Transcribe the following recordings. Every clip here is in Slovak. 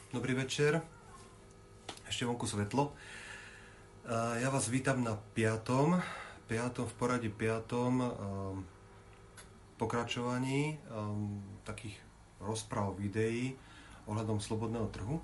Dobrý večer. Ešte vonku svetlo. Ja vás vítam na piatom v poradí pokračovaní takých rozpráv, videí ohľadom slobodného trhu.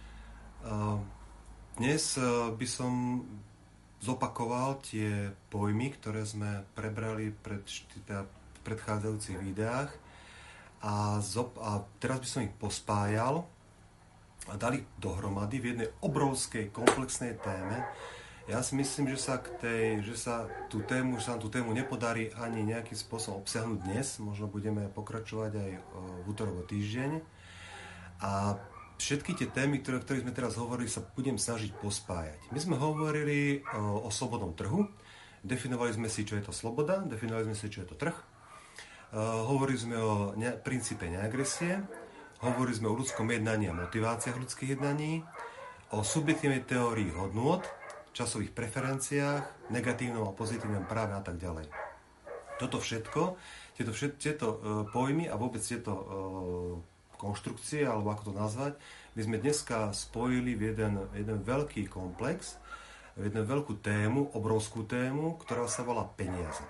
Dnes by som zopakoval tie pojmy, ktoré sme prebrali v predchádzajúcich videách a teraz by som ich pospájal a dali dohromady v jednej obrovskej komplexnej téme. Ja si myslím, že sa nám tú tému nepodarí ani nejakým spôsobom obsiahnuť dnes. Možno budeme pokračovať aj v utorok o týždeň. A všetky tie témy, o ktorých sme teraz hovorili, sa budem snažiť pospájať. My sme hovorili o slobodnom trhu. Definovali sme si, čo je to sloboda. Definovali sme si, čo je to trh. Hovorili sme o princípe neagresie. Hovorili sme o ľudskom jednaní a motiváciách ľudských jednaní, o subjektívnej teórii hodnôt, časových preferenciách, negatívnom a pozitívnom práve a tak ďalej. Toto všetko, tieto pojmy a vôbec tieto konštrukcie, alebo ako to nazvať, my sme dneska spojili v jeden veľký komplex, v jednu veľkú tému, obrovskú tému, ktorá sa volá peniaze.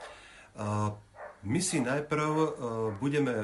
My si najprv budeme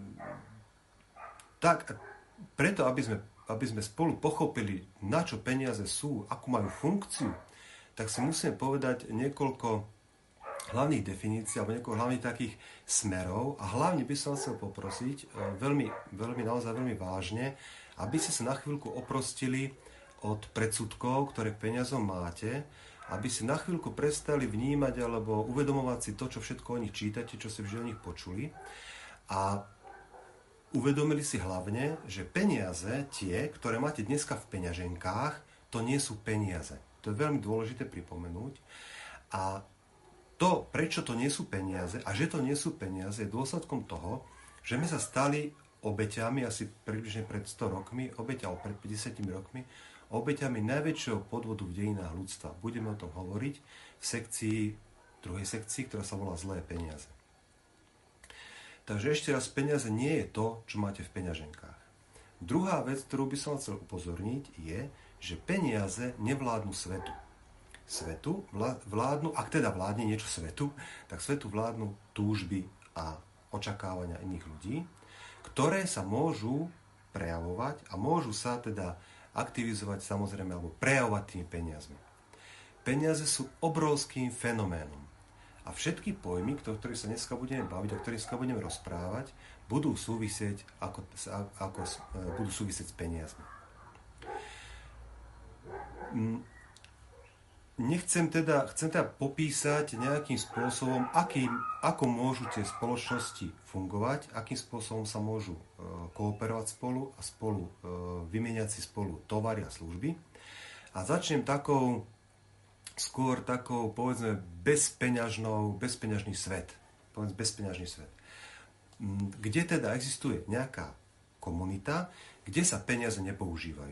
preto, aby sme spolu pochopili, na čo peniaze sú, akú majú funkciu, tak si musíme povedať niekoľko hlavných definícií alebo niekoľko hlavných takých smerov a hlavne by som chcel poprosiť naozaj veľmi vážne, aby ste sa na chvíľku oprostili od predsudkov, ktoré k peniazom máte, aby si na chvíľku prestali vnímať alebo uvedomovať si to, čo všetko o nich čítate, čo si vždy o nich počuli a uvedomili si hlavne, že peniaze, tie, ktoré máte dneska v peňaženkách, to nie sú peniaze. To je veľmi dôležité pripomenúť. A to, prečo to nie sú peniaze a že to nie sú peniaze, je dôsledkom toho, že sme sa stali obeťami asi približne pred 100 rokmi, alebo pred 50 rokmi, obeťami najväčšieho podvodu v dejinách ľudstva. Budeme o tom hovoriť v druhej sekcii, ktorá sa volá Zlé peniaze. Takže ešte raz, peniaze nie je to, čo máte v peňaženkách. Druhá vec, ktorú by som chcel upozorniť, je, že peniaze nevládnu svetu. Svetu vládnu, ak teda vládne niečo svetu, tak svetu vládnu túžby a očakávania iných ľudí, ktoré sa môžu prejavovať a môžu sa teda aktivizovať samozrejme alebo prejavovať tými peniazmi. Peniaze sú obrovským fenoménom. A všetky pojmy, o ktorých sa dneska budeme baviť, o ktorých sa budeme rozprávať, budú súvisieť s peniazmi. Chcem teda popísať nejakým spôsobom, ako môžu tie spoločnosti fungovať, akým spôsobom sa môžu kooperovať spolu a vymieňať si spolu tovary a služby. A začnem skôr takou, povedzme, bezpeňažný svet. Kde teda existuje nejaká komunita, kde sa peniaze nepoužívajú.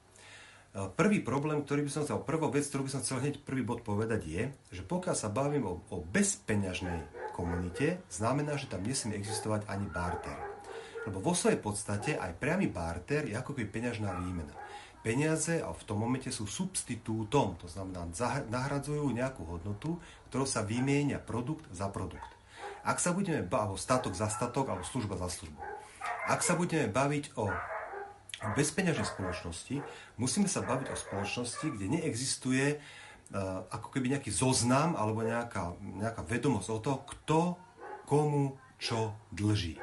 Prvou vec, ktorú by som chcel hneď prvý bod povedať je, že pokiaľ sa bavím o bezpeňažnej komunite, znamená, že tam nesmie existovať ani barter. Lebo vo svojej podstate aj priamy barter je ako keby peňažná výmena. Peniaze v tom momente sú substitútom, to znamená, nahradzujú nejakú hodnotu, ktorou sa vymieňa produkt za produkt. Ak sa budeme baviť o statok za statok alebo služba za službu. Ak sa budeme baviť o bezpeňažnej spoločnosti, musíme sa baviť o spoločnosti, kde neexistuje ako keby nejaký zoznam alebo nejaká vedomosť o toho, kto komu čo dlží.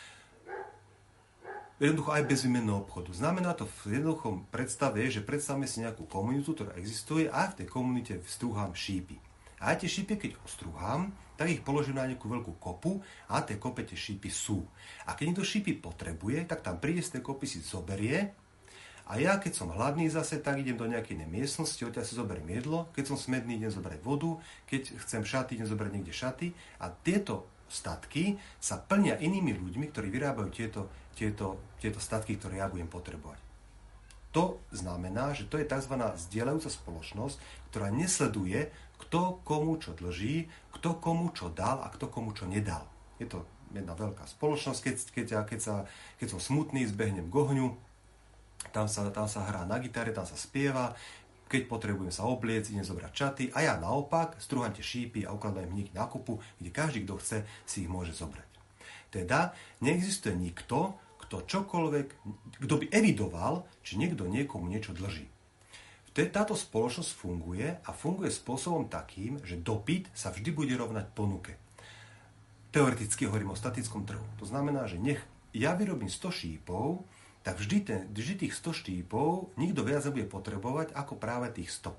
Jednoducho aj bezvýmenného obchodu. Znamená to v jednoduchom predstave, že predstavme si nejakú komunitu, ktorá existuje a v tej komunite strúham šípy. A aj tie šípy, keď ostrúham, tak ich položím na nejakú veľkú kopu a tie kope tie šípy sú. A keď niekto šípy potrebuje, tak tam príde z tej kopy si zoberie a ja, keď som hladný zase, tak idem do nejakej inej miestnosti, odtiaľ si zoberiem jedlo, keď som smedný, idem zobrať vodu, keď chcem šaty, idem zobrať niekde šaty a tieto statky sa plnia inými ľuďmi, ktorí vyrábajú tieto statky, ktoré ja budem potrebovať. To znamená, že to je tzv. Zdieľajúca spoločnosť, ktorá nesleduje, kto komu čo dlží, kto komu čo dal a kto komu čo nedal. Je to jedna veľká spoločnosť, keď som smutný, zbehnem k ohňu tam sa hrá na gitare, tam sa spieva, keď potrebujem sa obliecť, idem zobrať čaty a ja naopak strúham tie šípy a ukladám ich na kupu, kde každý, kto chce, si ich môže zobrať. Teda neexistuje nikto, kto by evidoval, či niekto niekomu niečo dlží. Táto spoločnosť funguje a funguje spôsobom takým, že dopyt sa vždy bude rovnať ponuke. Teoreticky hovorím o statickom trhu. To znamená, že nech ja vyrobím 100 šípov, tak vždy tých 100 štípov nikto viac nebude potrebovať ako práve tých 100.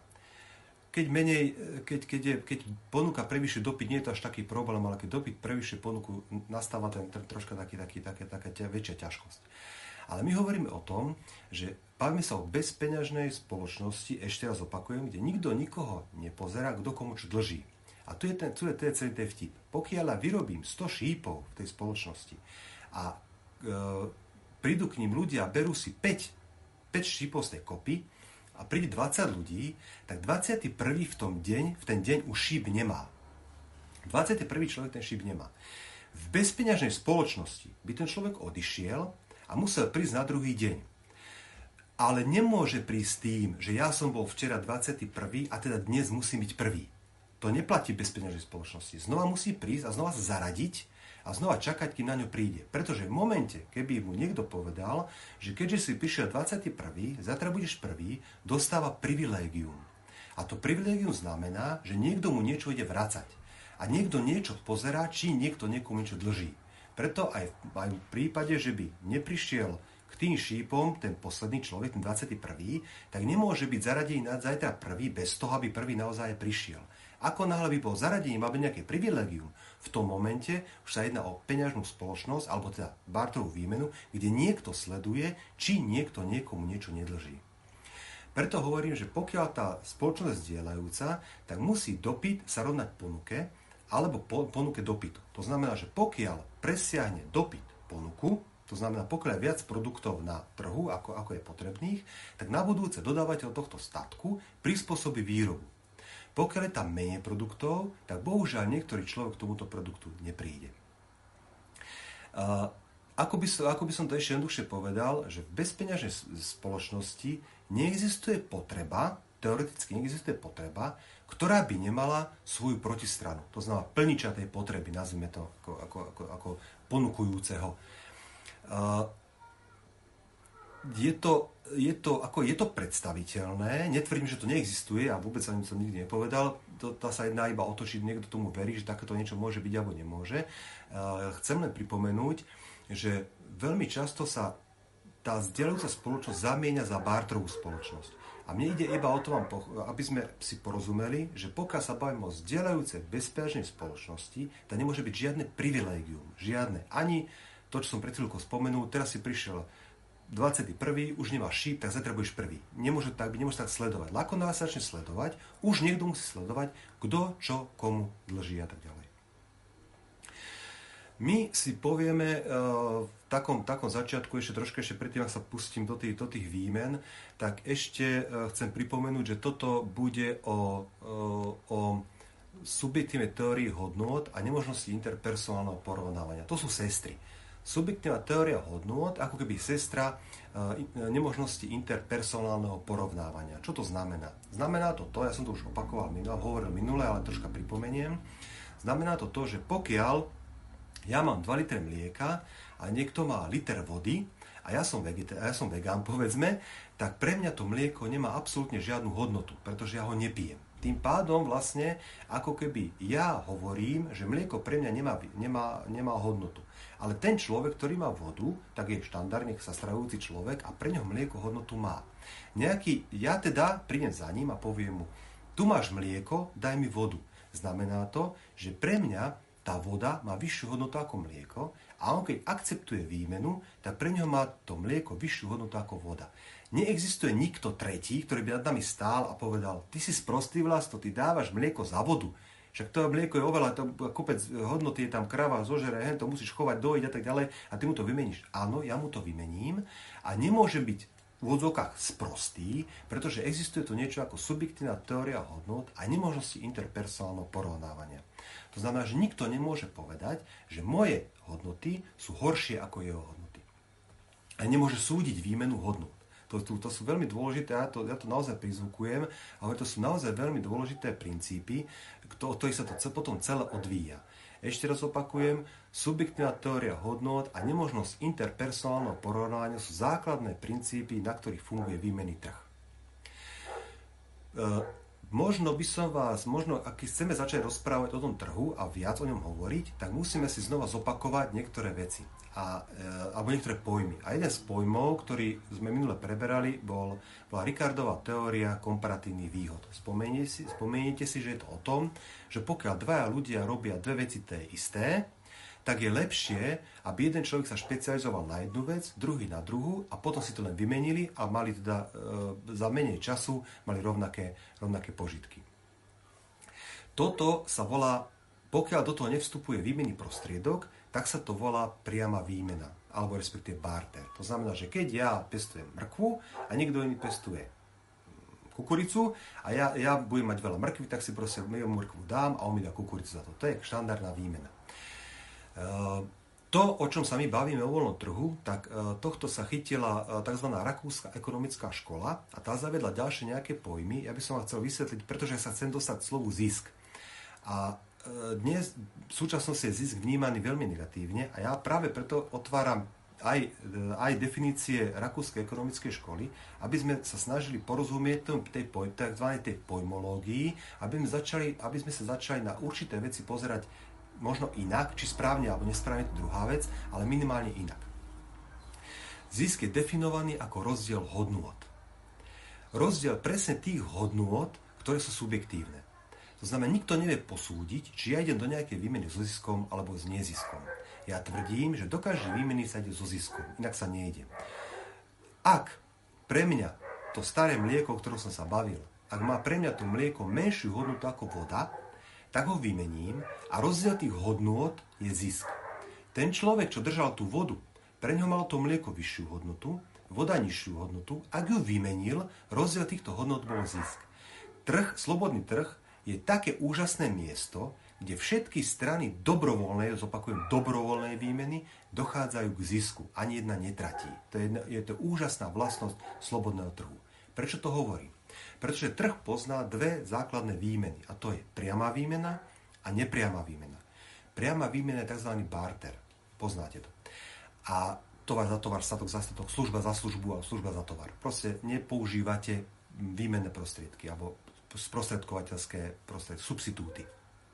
Keď ponuka prevyšuje dopyt, nie je to až taký problém, ale keď dopyt prevyšuje ponuku, nastáva troška taká väčšia ťažkosť. Ale my hovoríme o tom, že bavíme sa o bezpeňažnej spoločnosti, ešte raz opakujem, kde nikto nikoho nepozerá, kto komu čo dlží. A tu je celý ten vtip. Pokiaľ ja vyrobím 100 šípov v tej spoločnosti a prídu k ním ľudia a berú si 5 šípov z tej kopy a príde 20 ľudí, tak 21. v ten deň už šíp nemá. 21. človek ten šíp nemá. V bezpeňažnej spoločnosti by ten človek odišiel a musel prísť na druhý deň. Ale nemôže prísť tým, že ja som bol včera 21. a teda dnes musím byť prvý. To neplatí v bezpeňažnej spoločnosti. Znova musí prísť a znova sa zaradiť a znova čakať, kým na ňo príde. Pretože v momente, keby mu niekto povedal, že keďže si prišiel 21., zatra budeš prvý, dostáva privilégium. A to privilégium znamená, že niekto mu niečo ide vracať. A niekto niečo pozerá, či niekto niekomu niečo dlží. Preto aj v prípade, že by neprišiel k tým šípom ten posledný človek, ten 21., tak nemôže byť zaradený na zajtra prvý bez toho, aby prvý naozaj prišiel. Ako náhle by bol zaradením, aby nejaké privilégium, v tom momente už sa jedná o peňažnú spoločnosť, alebo teda barterovú výmenu, kde niekto sleduje, či niekto niekomu niečo nedlží. Preto hovorím, že pokiaľ tá spoločnosť je zdieľajúca, tak musí dopyt sa rovnať ponuke, alebo ponuke dopytu. To znamená, že pokiaľ presiahne dopyt ponuku, to znamená, pokiaľ je viac produktov na trhu, ako je potrebných, tak na budúce dodávateľ tohto statku prispôsobí výrobu. Pokiaľ je tam menej produktov, tak bohužiaľ niektorý človek k tomuto produktu nepríde. Ako by som to ešte jednoduchšie povedal, že v bezpeňažnej spoločnosti neexistuje potreba, teoreticky neexistuje potreba, ktorá by nemala svoju protistranu. To znamená plniča tej potreby, nazvime to ako ponukujúceho. Je to predstaviteľné, netvrdím, že to neexistuje a vôbec som nikdy nepovedal, to sa jedná iba o to, či niekto tomu verí, že takéto niečo môže byť alebo nemôže. Chcem len pripomenúť, že veľmi často sa tá zdieľajúca spoločnosť zamieňa za barterovú spoločnosť. A mne ide iba o to, aby sme si porozumeli, že pokiaľ sa bavíme o zdieľajúcej bezpeňažnej spoločnosti, tak nemôže byť žiadne privilégium, žiadne. Ani to, čo som pred chvíľkou spomenul, teraz si prišiel 21. už nemá šíp, tak zajtra budeš prvý. Nemôže tak sledovať. Ako nás začne sledovať, už niekto musí sledovať, kto čo komu dlží a tak ďalej. My si povieme v takom začiatku, ešte predtým, ak sa pustím do tých výmen, tak ešte chcem pripomenúť, že toto bude o subjektívnej teórii hodnôt a nemožnosti interpersonálneho porovnávania. To sú sestry. Subjektívna teória hodnôt, ako keby sestra nemožnosti interpersonálneho porovnávania. Čo to znamená? Znamená to, ja som to už hovoril minule, ale troška pripomeniem. Znamená to, že pokiaľ ja mám 2 litre mlieka a niekto má liter vody a ja som vegán, povedzme, tak pre mňa to mlieko nemá absolútne žiadnu hodnotu, pretože ja ho nepijem. Tým pádom vlastne, ako keby ja hovorím, že mlieko pre mňa nemá hodnotu. Ale ten človek, ktorý má vodu, tak je štandardne sa stravujúci človek a pre ňoho mlieko hodnotu má. Ja teda prídem za ním a poviem mu, tu máš mlieko, daj mi vodu. Znamená to, že pre mňa tá voda má vyššiu hodnotu ako mlieko a on keď akceptuje výmenu, tak pre ňoho má to mlieko vyššiu hodnotu ako voda. Neexistuje nikto tretí, ktorý by nad nami stál a povedal, ty si sprostý vlasto, ty dávaš mlieko za vodu. Však to mlieko je oveľa, kopec hodnoty, je tam krava, zožere, to musíš chovať, dojiť a tak ďalej a ty mu to vymeníš. Áno, ja mu to vymením a nemôže byť v odzvukách sprostý, pretože existuje to niečo ako subjektívna teória hodnôt a nemožnosti interpersonálneho porovnávania. To znamená, že nikto nemôže povedať, že moje hodnoty sú horšie ako jeho hodnoty. A nemôže súdiť výmenu hodnôt. To sú veľmi dôležité, ja to naozaj prizvukujem, ale to sú naozaj veľmi dôležité princípy, od ktorých sa to potom celé odvíja. Ešte raz opakujem, subjektívna teória hodnôt a nemožnosť interpersonálneho porovnania sú základné princípy, na ktorých funguje výmenný trh. Možno ak chceme začať rozprávať o tom trhu a viac o ňom hovoriť, tak musíme si znova zopakovať niektoré veci alebo niektoré pojmy. A jeden z pojmov, ktorý sme minule preberali, bola Ricardová teória komparatívnych výhod. Spomeniete si, že je to o tom, že pokiaľ dvaja ľudia robia dve veci té isté, tak je lepšie, aby jeden človek sa špecializoval na jednu vec, druhý na druhú a potom si to len vymenili a mali teda za menej času mali rovnaké požitky. Toto sa volá, pokiaľ do toho nevstupuje výmenný prostriedok, tak sa to volá priama výmena, alebo respektíve barter. To znamená, že keď ja pestujem mrkvu a niekto iný pestuje kukuricu a ja budem mať veľa mrkvy, tak si proste mrkvu dám a on mi dá kukuricu za to. To je štandardná výmena. To, o čom sa my bavíme o voľnom trhu, tak tohto sa chytila tzv. Rakúska ekonomická škola a tá zavedla ďalšie nejaké pojmy. Ja by som vám chcel vysvetliť, pretože sa chcem dostať k slovu zisk. A dnes v súčasnosti je zisk vnímaný veľmi negatívne a ja práve preto otváram aj definície Rakúskej ekonomickej školy, aby sme sa snažili porozumieť tzv. tej pojmológii, aby sme sa začali na určité veci pozerať možno inak, či správne alebo nesprávne, to druhá vec, ale minimálne inak. Zisk je definovaný ako rozdiel hodnôt. Rozdiel presne tých hodnôt, ktoré sú subjektívne. To znamená, nikto nevie posúdiť, či ja idem do nejakej výmeny so ziskom alebo s neziskom. Ja tvrdím, že do každej výmeny sa ide so ziskom, inak sa nejde. Ak pre mňa to staré mlieko, o ktorom som sa bavil, ak má pre mňa to mlieko menšiu hodnotu ako voda, tak ho vymením a rozdiel tých hodnôt je zisk. Ten človek, čo držal tú vodu, pre ňo malo to mlieko vyššiu hodnotu, voda nižšiu hodnotu, ak ju vymenil, rozdiel týchto hodnôt bol zisk. Slobodný trh je také úžasné miesto, kde všetky strany dobrovoľnej výmeny dochádzajú k zisku. Ani jedna netratí. Je to úžasná vlastnosť slobodného trhu. Prečo to hovorím? Pretože trh pozná dve základné výmeny. A to je priama výmena a nepriama výmena. Priama výmena je tzv. Barter. Poznáte to. A tovar za tovar, statok za statok, služba za službu a služba za tovar. Proste nepoužívate výmenné prostriedky alebo sprostredkovateľské substitúty.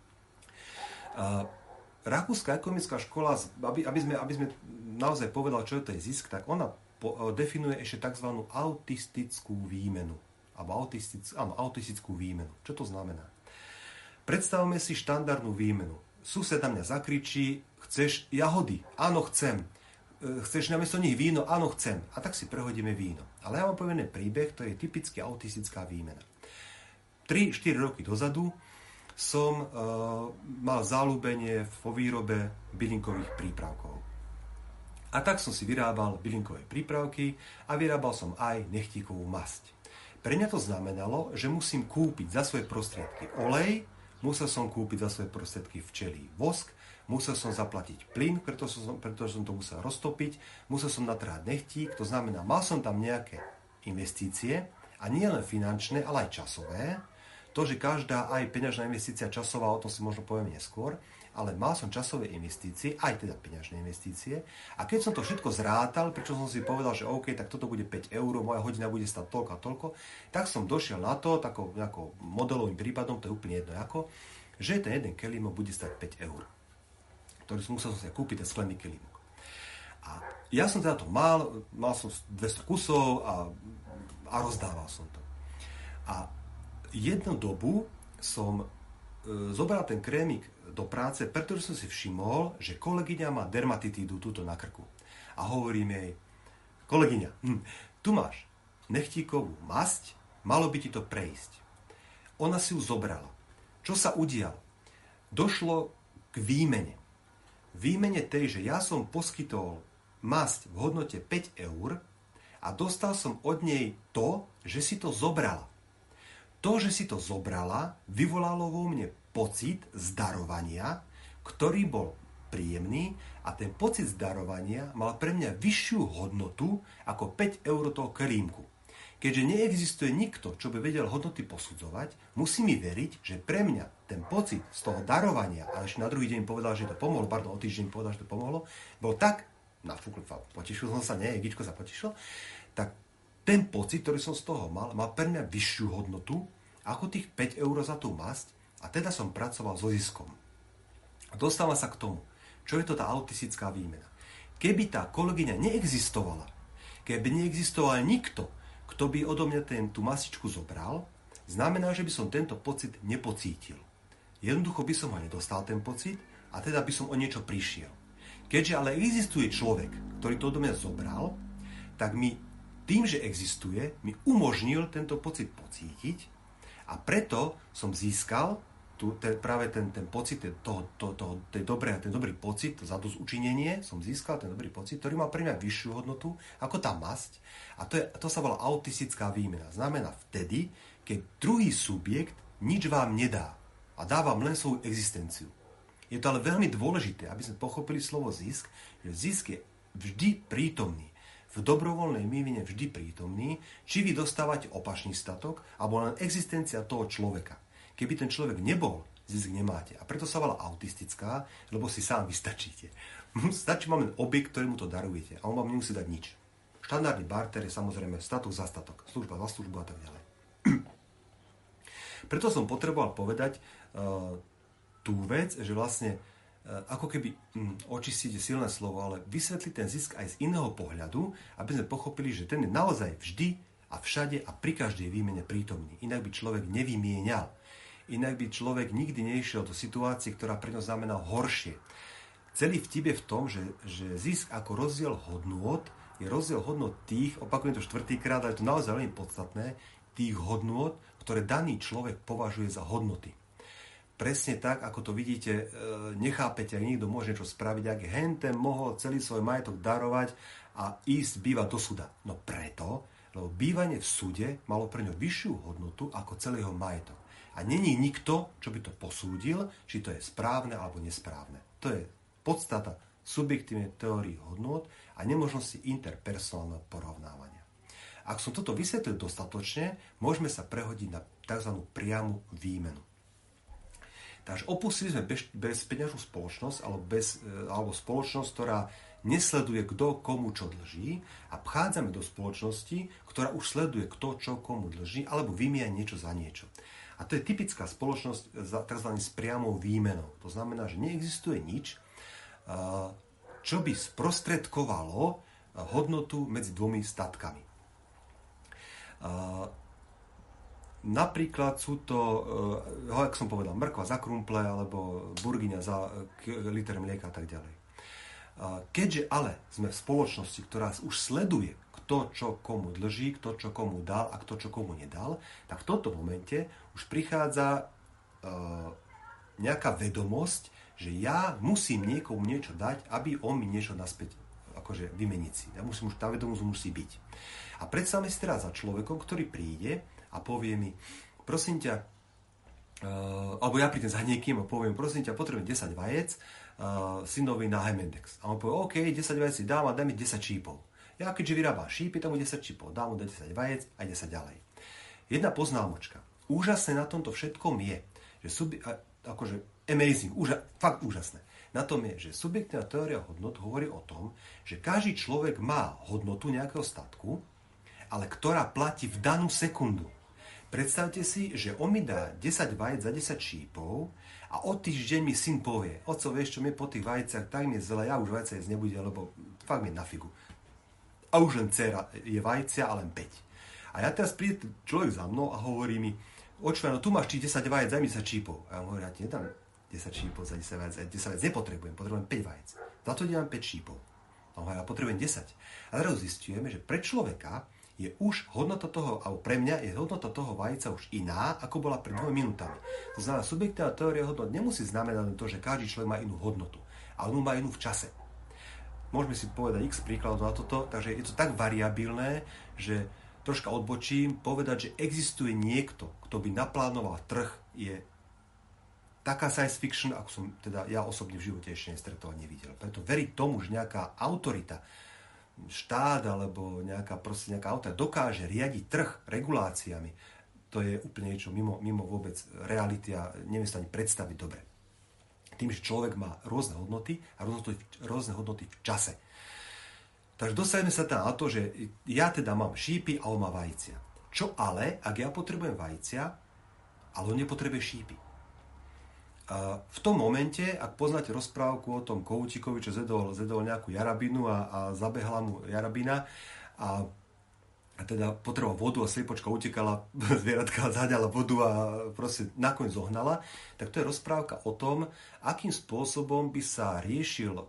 Rakúska ekonomická škola, aby sme naozaj povedali, čo je to zisk, tak ona definuje ešte tzv. Autistickú výmenu. Alebo autistickú výmenu. Čo to znamená? Predstavme si štandardnú výmenu. Sused na mňa zakričí, chceš jahody? Áno, chcem. Chceš namiesto nich víno? Áno, chcem. A tak si prehodíme víno. Ale ja vám poviem príbeh, to je typicky autistická výmena. 3-4 roky dozadu som mal záľubenie vo výrobe bylinkových prípravkov. A tak som si vyrábal bylinkové prípravky a vyrábal som aj nechtíkovú masť. Pre mňa to znamenalo, že musím kúpiť za svoje prostriedky olej, musel som kúpiť za svoje prostriedky včelí vosk, musel som zaplatiť plyn, pretože som to musel roztopiť, musel som natrhať nechtík, to znamená, mal som tam nejaké investície a nie len finančné, ale aj časové. To, že každá aj peňažná investícia časová, o tom si možno poviem neskôr, ale mal som časové investície, aj teda peňažné investície. A keď som to všetko zrátal, prečo som si povedal, že OK, tak toto bude 5 eur, moja hodina bude stať toľko a toľko, tak som došiel na to, takou modelovým prípadom, to je úplne jedno ako, že ten jeden kelímok bude stať 5 eur. Ktorý musel som si kúpiť ten sklený kelímok. A ja som teda to mal som 200 kusov a rozdával som to. A jednu dobu som zobral ten krémik do práce, pretože som si všimol, že kolegyňa má dermatitídu túto na krku. A hovorím jej, kolegyňa, tu máš nechtíkovú masť, malo by ti to prejsť. Ona si ju zobrala. Čo sa udialo? Došlo k výmene. Výmene tej, že ja som poskytol masť v hodnote 5 eur a dostal som od nej to, že si to zobrala. To, že si to zobrala, vyvolalo vo mne pocit zdarovania, ktorý bol príjemný a ten pocit z darovania mal pre mňa vyššiu hodnotu ako 5 eur toho kelímku. Keďže neexistuje nikto, čo by vedel hodnoty posudzovať, musí mi veriť, že pre mňa ten pocit z toho darovania, a ešte na druhý deň povedal, že to pomohlo, o týždeň povedal, že to pomohlo, bol tak, potešil som sa, Gičko sa potešil, tak ten pocit, ktorý som z toho mal pre mňa vyššiu hodnotu ako tých 5 eur za tú masť a teda som pracoval so ziskom. A dostávam sa k tomu, čo je to tá autistická výmena. Keby tá kolegyňa neexistovala, keby neexistoval nikto, kto by odo mňa tú masičku zobral, znamená, že by som tento pocit nepocítil. Jednoducho by som ho nedostal, ten pocit, a teda by som o niečo prišiel. Keďže ale existuje človek, ktorý to odo mňa zobral, tak mi tým, že existuje, mi umožnil tento pocit pocítiť a preto som získal práve ten pocit, ten dobrý pocit, to zadozučinenie, som získal ten dobrý pocit, ktorý má pre mňa vyššiu hodnotu ako tá masť. A to sa volá autistická výmena. Znamená vtedy, keď druhý subjekt nič vám nedá a dá vám len svoju existenciu. Je to ale veľmi dôležité, aby sme pochopili slovo zisk, že zisk je vždy prítomný. V dobrovoľnej výmene vždy prítomný, či vy dostávate opačný statok, alebo len existencia toho človeka. Keby ten človek nebol, zisk nemáte. A preto sa volá autistická, lebo si sám vystačíte. Stačí vám len objekt, ktorému to darujete. A on vám nemusí dať nič. Štandardný barter je samozrejme statok za statok. Služba za službu a tak ďalej. Preto som potreboval povedať tú vec, že vlastne ako keby očistíte silné slovo, ale vysvetliť ten zisk aj z iného pohľadu, aby sme pochopili, že ten je naozaj vždy a všade a pri každej výmene prítomný. Inak by človek nevymienial. Inak by človek nikdy nešiel do situácie, ktorá pre ňo znamená horšie. Celý vtip je v tom, že zisk ako rozdiel hodnôt je rozdiel hodnôt tých, opakujem to štvrtýkrát, ale je to naozaj veľmi podstatné, tých hodnôt, ktoré daný človek považuje za hodnoty. Presne tak, ako to vidíte, nechápete, ak niekto môže niečo spraviť, ak henten mohol celý svoj majetok darovať a ísť bývať do súda. No preto, lebo bývanie v súde malo pre ňo vyššiu hodnotu ako celý jeho majetok. A není nikto, čo by to posúdil, či to je správne alebo nesprávne. To je podstata subjektívnej teórii hodnôt a nemožnosti interpersonálneho porovnávania. Ak som toto vysvetlil dostatočne, môžeme sa prehodiť na tzv. Priamu výmenu. Takže opustili sme bezpeňažnú spoločnosť alebo spoločnosť, ktorá nesleduje, kto komu čo dlží a vchádzame do spoločnosti, ktorá už sleduje, kto čo komu dlží alebo vymieňa niečo za niečo. A to je typická spoločnosť tzv. S priamou výmenou. To znamená, že neexistuje nič, čo by sprostredkovalo hodnotu medzi dvomi statkami. Napríklad sú to, ako som povedal, mrkva za krumple alebo burgyňa za liter mlieka a tak ďalej. Keďže ale sme v spoločnosti, ktorá už sleduje, kto čo komu dlží, kto čo komu dal a kto čo komu nedal, tak v tomto momente už prichádza nejaká vedomosť, že ja musím niekomu niečo dať, aby on mi niečo naspäť akože vymeniť si. Tá vedomosť musí byť. A predstavme si teraz za človekom, ktorý príde a povie mi, prosím ťa, alebo ja prídem za niekým a poviem, prosím ťa, potrebujem 10 vajec synovi na Hemendex. A on povie, OK, 10 vajec si dám a daj mi 10 šípov. Ja keďže vyrábam šípy, tam mu 10 šípov, dám mu 10 vajec a ide sa ďalej. Jedna poznámočka. Úžasné na tomto všetkom je, že akože amazing, fakt úžasné. Na tom je, že subjektívna teória hodnot hovorí o tom, že každý človek má hodnotu nejakého statku, ale ktorá platí v danú sekundu. Predstavte si, že on mi dá 10 vajec za 10 šípov a o týždeň mi syn povie, oco, vieš čo, mi po tých vajciach tak mi je zle, ja už vajce jesť nebudem, lebo fakt mi na figu. A už len dcera je vajcia a len 5. A ja teraz príde človek za mnou a hovorí mi, očuj, no tu máš 10 vajec, daj mi 10 šípov. A ja mu hovorím, ja ti nedám 10 šípov za 10 vajec, 10 vajec nepotrebujem, potrebujem 5 vajec. Za to dám 5 šípov. A hovorím, ja potrebujem 10. A teraz zistujeme, že pre človeka je už hodnota toho, alebo pre mňa je hodnota toho vajca už iná, ako bola pred 2 minútami. To znamená, subjektívna teória hodnot nemusí znamenať len to, že každý človek má inú hodnotu, ale on má inú v čase. Môžeme si povedať x príkladov na toto, takže je to tak variabilné, že troška odbočím, povedať, že existuje niekto, kto by naplánoval trh, je taká science fiction, ako som teda ja osobne v živote ešte nestretol a nevidel. Preto veriť tomu, že nejaká autorita, štát alebo nejaká autorita dokáže riadiť trh reguláciami, to je úplne niečo mimo vôbec reality a neviem sa ani predstaviť dobre. Tým, že človek má rôzne hodnoty a rôzne hodnoty v čase. Takže dostaneme sa tam na to, že ja teda mám šípy a on má vajcia. Čo ale, ak ja potrebujem vajcia, ale on nepotrebuje šípy? V tom momente, ak poznáte rozprávku o tom kohútikovi, čo zedol nejakú jarabinu a zabehla mu jarabina a teda potreboval vodu a sliepočka utekala, zvieratka zaďala vodu a proste nakoniec zohnala, tak to je rozprávka o tom, akým spôsobom by sa riešila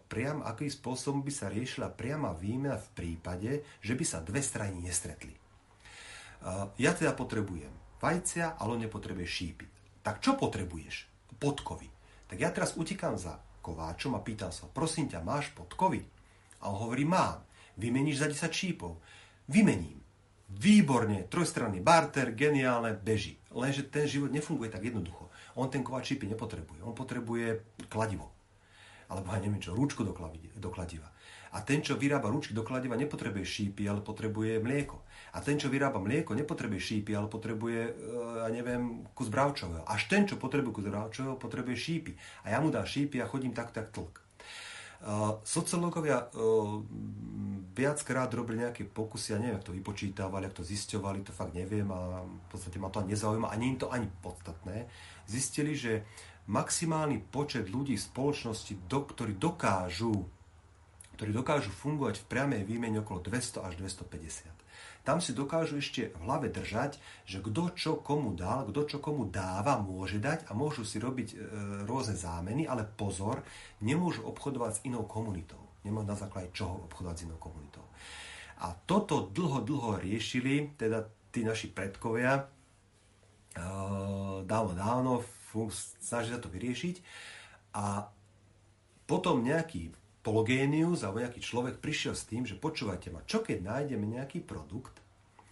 priama výmena v prípade, že by sa dve strany nestretli. Ja teda potrebujem vajcia, ale on nepotrebuje šípy. Tak čo potrebuješ? Podkovy. Tak ja teraz utekám za kováčom a pýtam sa, prosím ťa, máš podkovy? A on hovorí, mám. Vymeníš za 10 šípov? Vymením. Výborne, trojstranný barter, geniálne, beží. Lenže ten život nefunguje tak jednoducho. On ten kováč šípy nepotrebuje. On potrebuje kladivo. Alebo ja neviem čo, rúčku do kladiva. A ten, čo vyrába rúčky do kladiva, nepotrebuje šípy, ale potrebuje mlieko. A ten, čo vyrába mlieko, nepotrebuje šípy, ale potrebuje, kus bravčového. Až ten, čo potrebuje kus bravčového, potrebuje šípy. A ja mu dám šípy a chodím tak tlk. Sociológovia viackrát robili nejaké pokusy, ja neviem, ak to vypočítavali, ak to zisťovali, to fakt neviem a v podstate ma to ani nezaujíma, ani im to ani podstatné. Zistili, že maximálny počet ľudí v spoločnosti, ktorí dokážu fungovať v priamej výmene okolo 200 až 250. Tam si dokážu ešte v hlave držať, že kto čo komu dal, kto čo komu dáva, môže dať a môžu si robiť rôzne zámeny, ale pozor, nemôžu obchodovať s inou komunitou. Nemôžu na základe čoho obchodovať s inou komunitou. A toto dlho riešili, teda tí naši predkovia, dávno snažili sa to vyriešiť a potom nejaký Pologénius alebo nejaký človek prišiel s tým, že počúvajte ma, čo keď nájdeme nejaký produkt,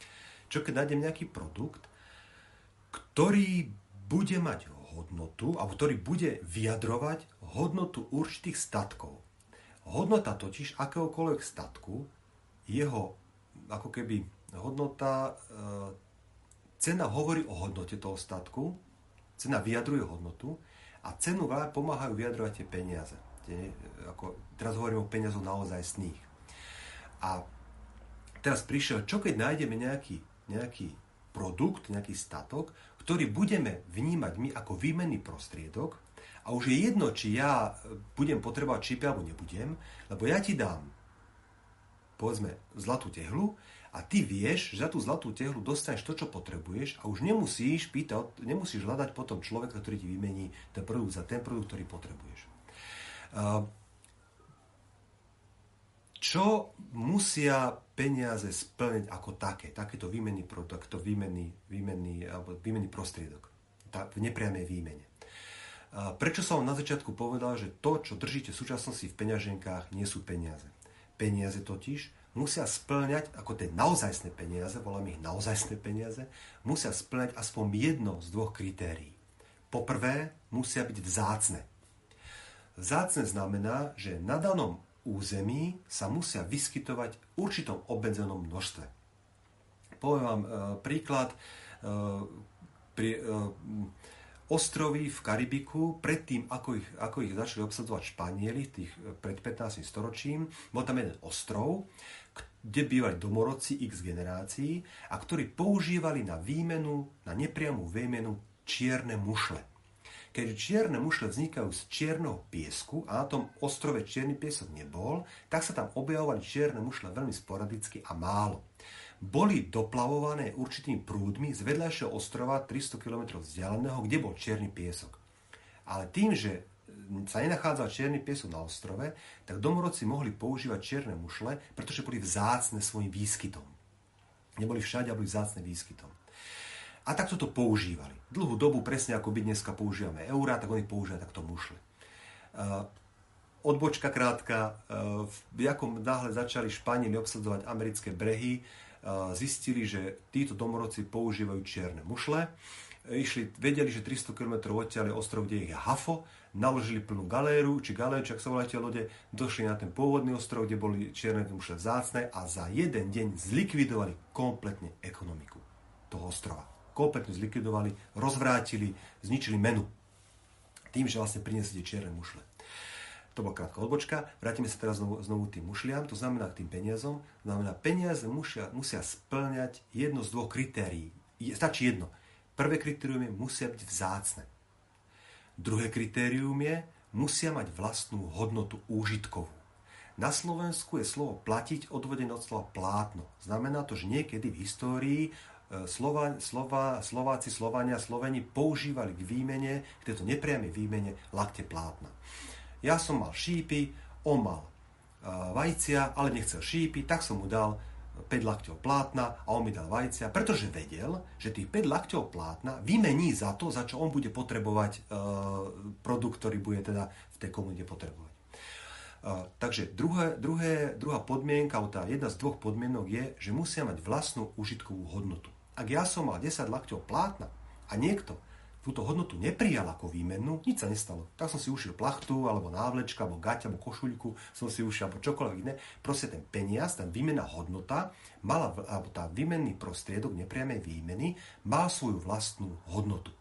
ktorý bude mať hodnotu, alebo ktorý bude vyjadrovať hodnotu určitých statkov. Hodnota totiž akéhokoľvek statku, jeho ako keby hodnota, cena hovorí o hodnote toho statku, cena vyjadruje hodnotu a cenu pomáhajú vyjadrovať tie peniaze. Teraz hovorím o peniazoch naozajstných. A teraz prišiel, čo keď nájdeme nejaký produkt, nejaký statok, ktorý budeme vnímať my ako výmenný prostriedok a už je jedno, či ja budem potrebovať šípy alebo nebudem, lebo ja ti dám povedzme zlatú tehlu a ty vieš, že za tú zlatú tehlu dostaneš to, čo potrebuješ a už nemusíš hľadať potom človeka, ktorý ti vymení ten produkt za ten produkt, ktorý potrebuješ. Čo musia peniaze splniť ako takéto výmenný produkt, výmenný prostriedok v nepriamej výmene. Prečo som vám na začiatku povedal, že to, čo držíte v súčasnosti v peňaženkách, nie sú peniaze. Peniaze totiž musia splňať, ako tie naozajstné peniaze, voláme ich naozajstné peniaze, musia splňať aspoň jedno z dvoch kritérií. Poprvé, musia byť vzácne. Vzácne znamená, že na danom území sa musia vyskytovať v určitom obmedzenom množstve. Poviem vám príklad. Ostrovy v Karibiku, predtým, ako ich začali obsadzovať Španieli pred 15. storočím, bol tam jeden ostrov, kde bývali domorodci x generácií a ktorí používali na nepriamu výmenu čierne mušle. Keďže čierne mušle vznikajú z čierneho piesku a na tom ostrove čierny piesok nebol, tak sa tam objavovali čierne mušle veľmi sporadicky a málo. Boli doplavované určitými prúdmi z vedľajšieho ostrova 300 km vzdialeného, kde bol čierny piesok. Ale tým, že sa nenachádzal čierny piesok na ostrove, tak domorodci mohli používať čierne mušle, pretože boli vzácne svojím výskytom. Neboli všade, ale boli vzácne výskytom. A takto to používali. Dlhú dobu, presne ako my dneska používame eurá, tak oni používali takto mušle. Odbočka krátka. Ako náhle začali Španieli obsadzovať americké brehy, zistili, že títo domorodci používajú čierne mušle vedeli, že 300 km odtiaľ je ostrov, kde ich je Hafo, naložili plnú galéru, či galéčak sa volá tie lode, došli na ten pôvodný ostrov, kde boli čierne mušle vzácne a za jeden deň zlikvidovali kompletne ekonomiku toho ostrova. Kompletne zlikvidovali, rozvrátili, zničili menu. Tým, že vlastne priniesli tie čierne mušle. To bola krátka odbočka. Vrátime sa teraz znovu k tým mušliam, to znamená k tým peniazom. Znamená, peniaze musia spĺňať jedno z dvoch kritérií. Stačí jedno. Prvé kritérium je, musia byť vzácne. Druhé kritérium je, musia mať vlastnú hodnotu úžitkovú. Na Slovensku je slovo platiť odvodené od slova plátno. Znamená to, že niekedy v histórii Slováci, Sloveni používali k výmene, k tejto nepriamej výmene lakte plátna. Ja som mal šípy, on mal vajcia, ale nechcel šípy, tak som mu dal 5 lakťov plátna a on mi dal vajcia, pretože vedel, že tých 5 lakťov plátna vymení za to, za čo on bude potrebovať produkt, ktorý bude teda v tej komunite potrebovať. Takže druhá podmienka, alebo tá jedna z dvoch podmienok je, že musia mať vlastnú užitkovú hodnotu. Ak ja som mal 10 lakťov plátna a niekto túto hodnotu neprijal ako výmennú, nič sa nestalo. Tak som si ušiel plachtu, alebo návlečka, alebo gať, alebo košuľku, som si ušiel, alebo čokoľvek iné. Proste ten peniaz, tá výmenná hodnota, alebo tá výmenný prostriedok nepriamej výmeny, mal svoju vlastnú hodnotu.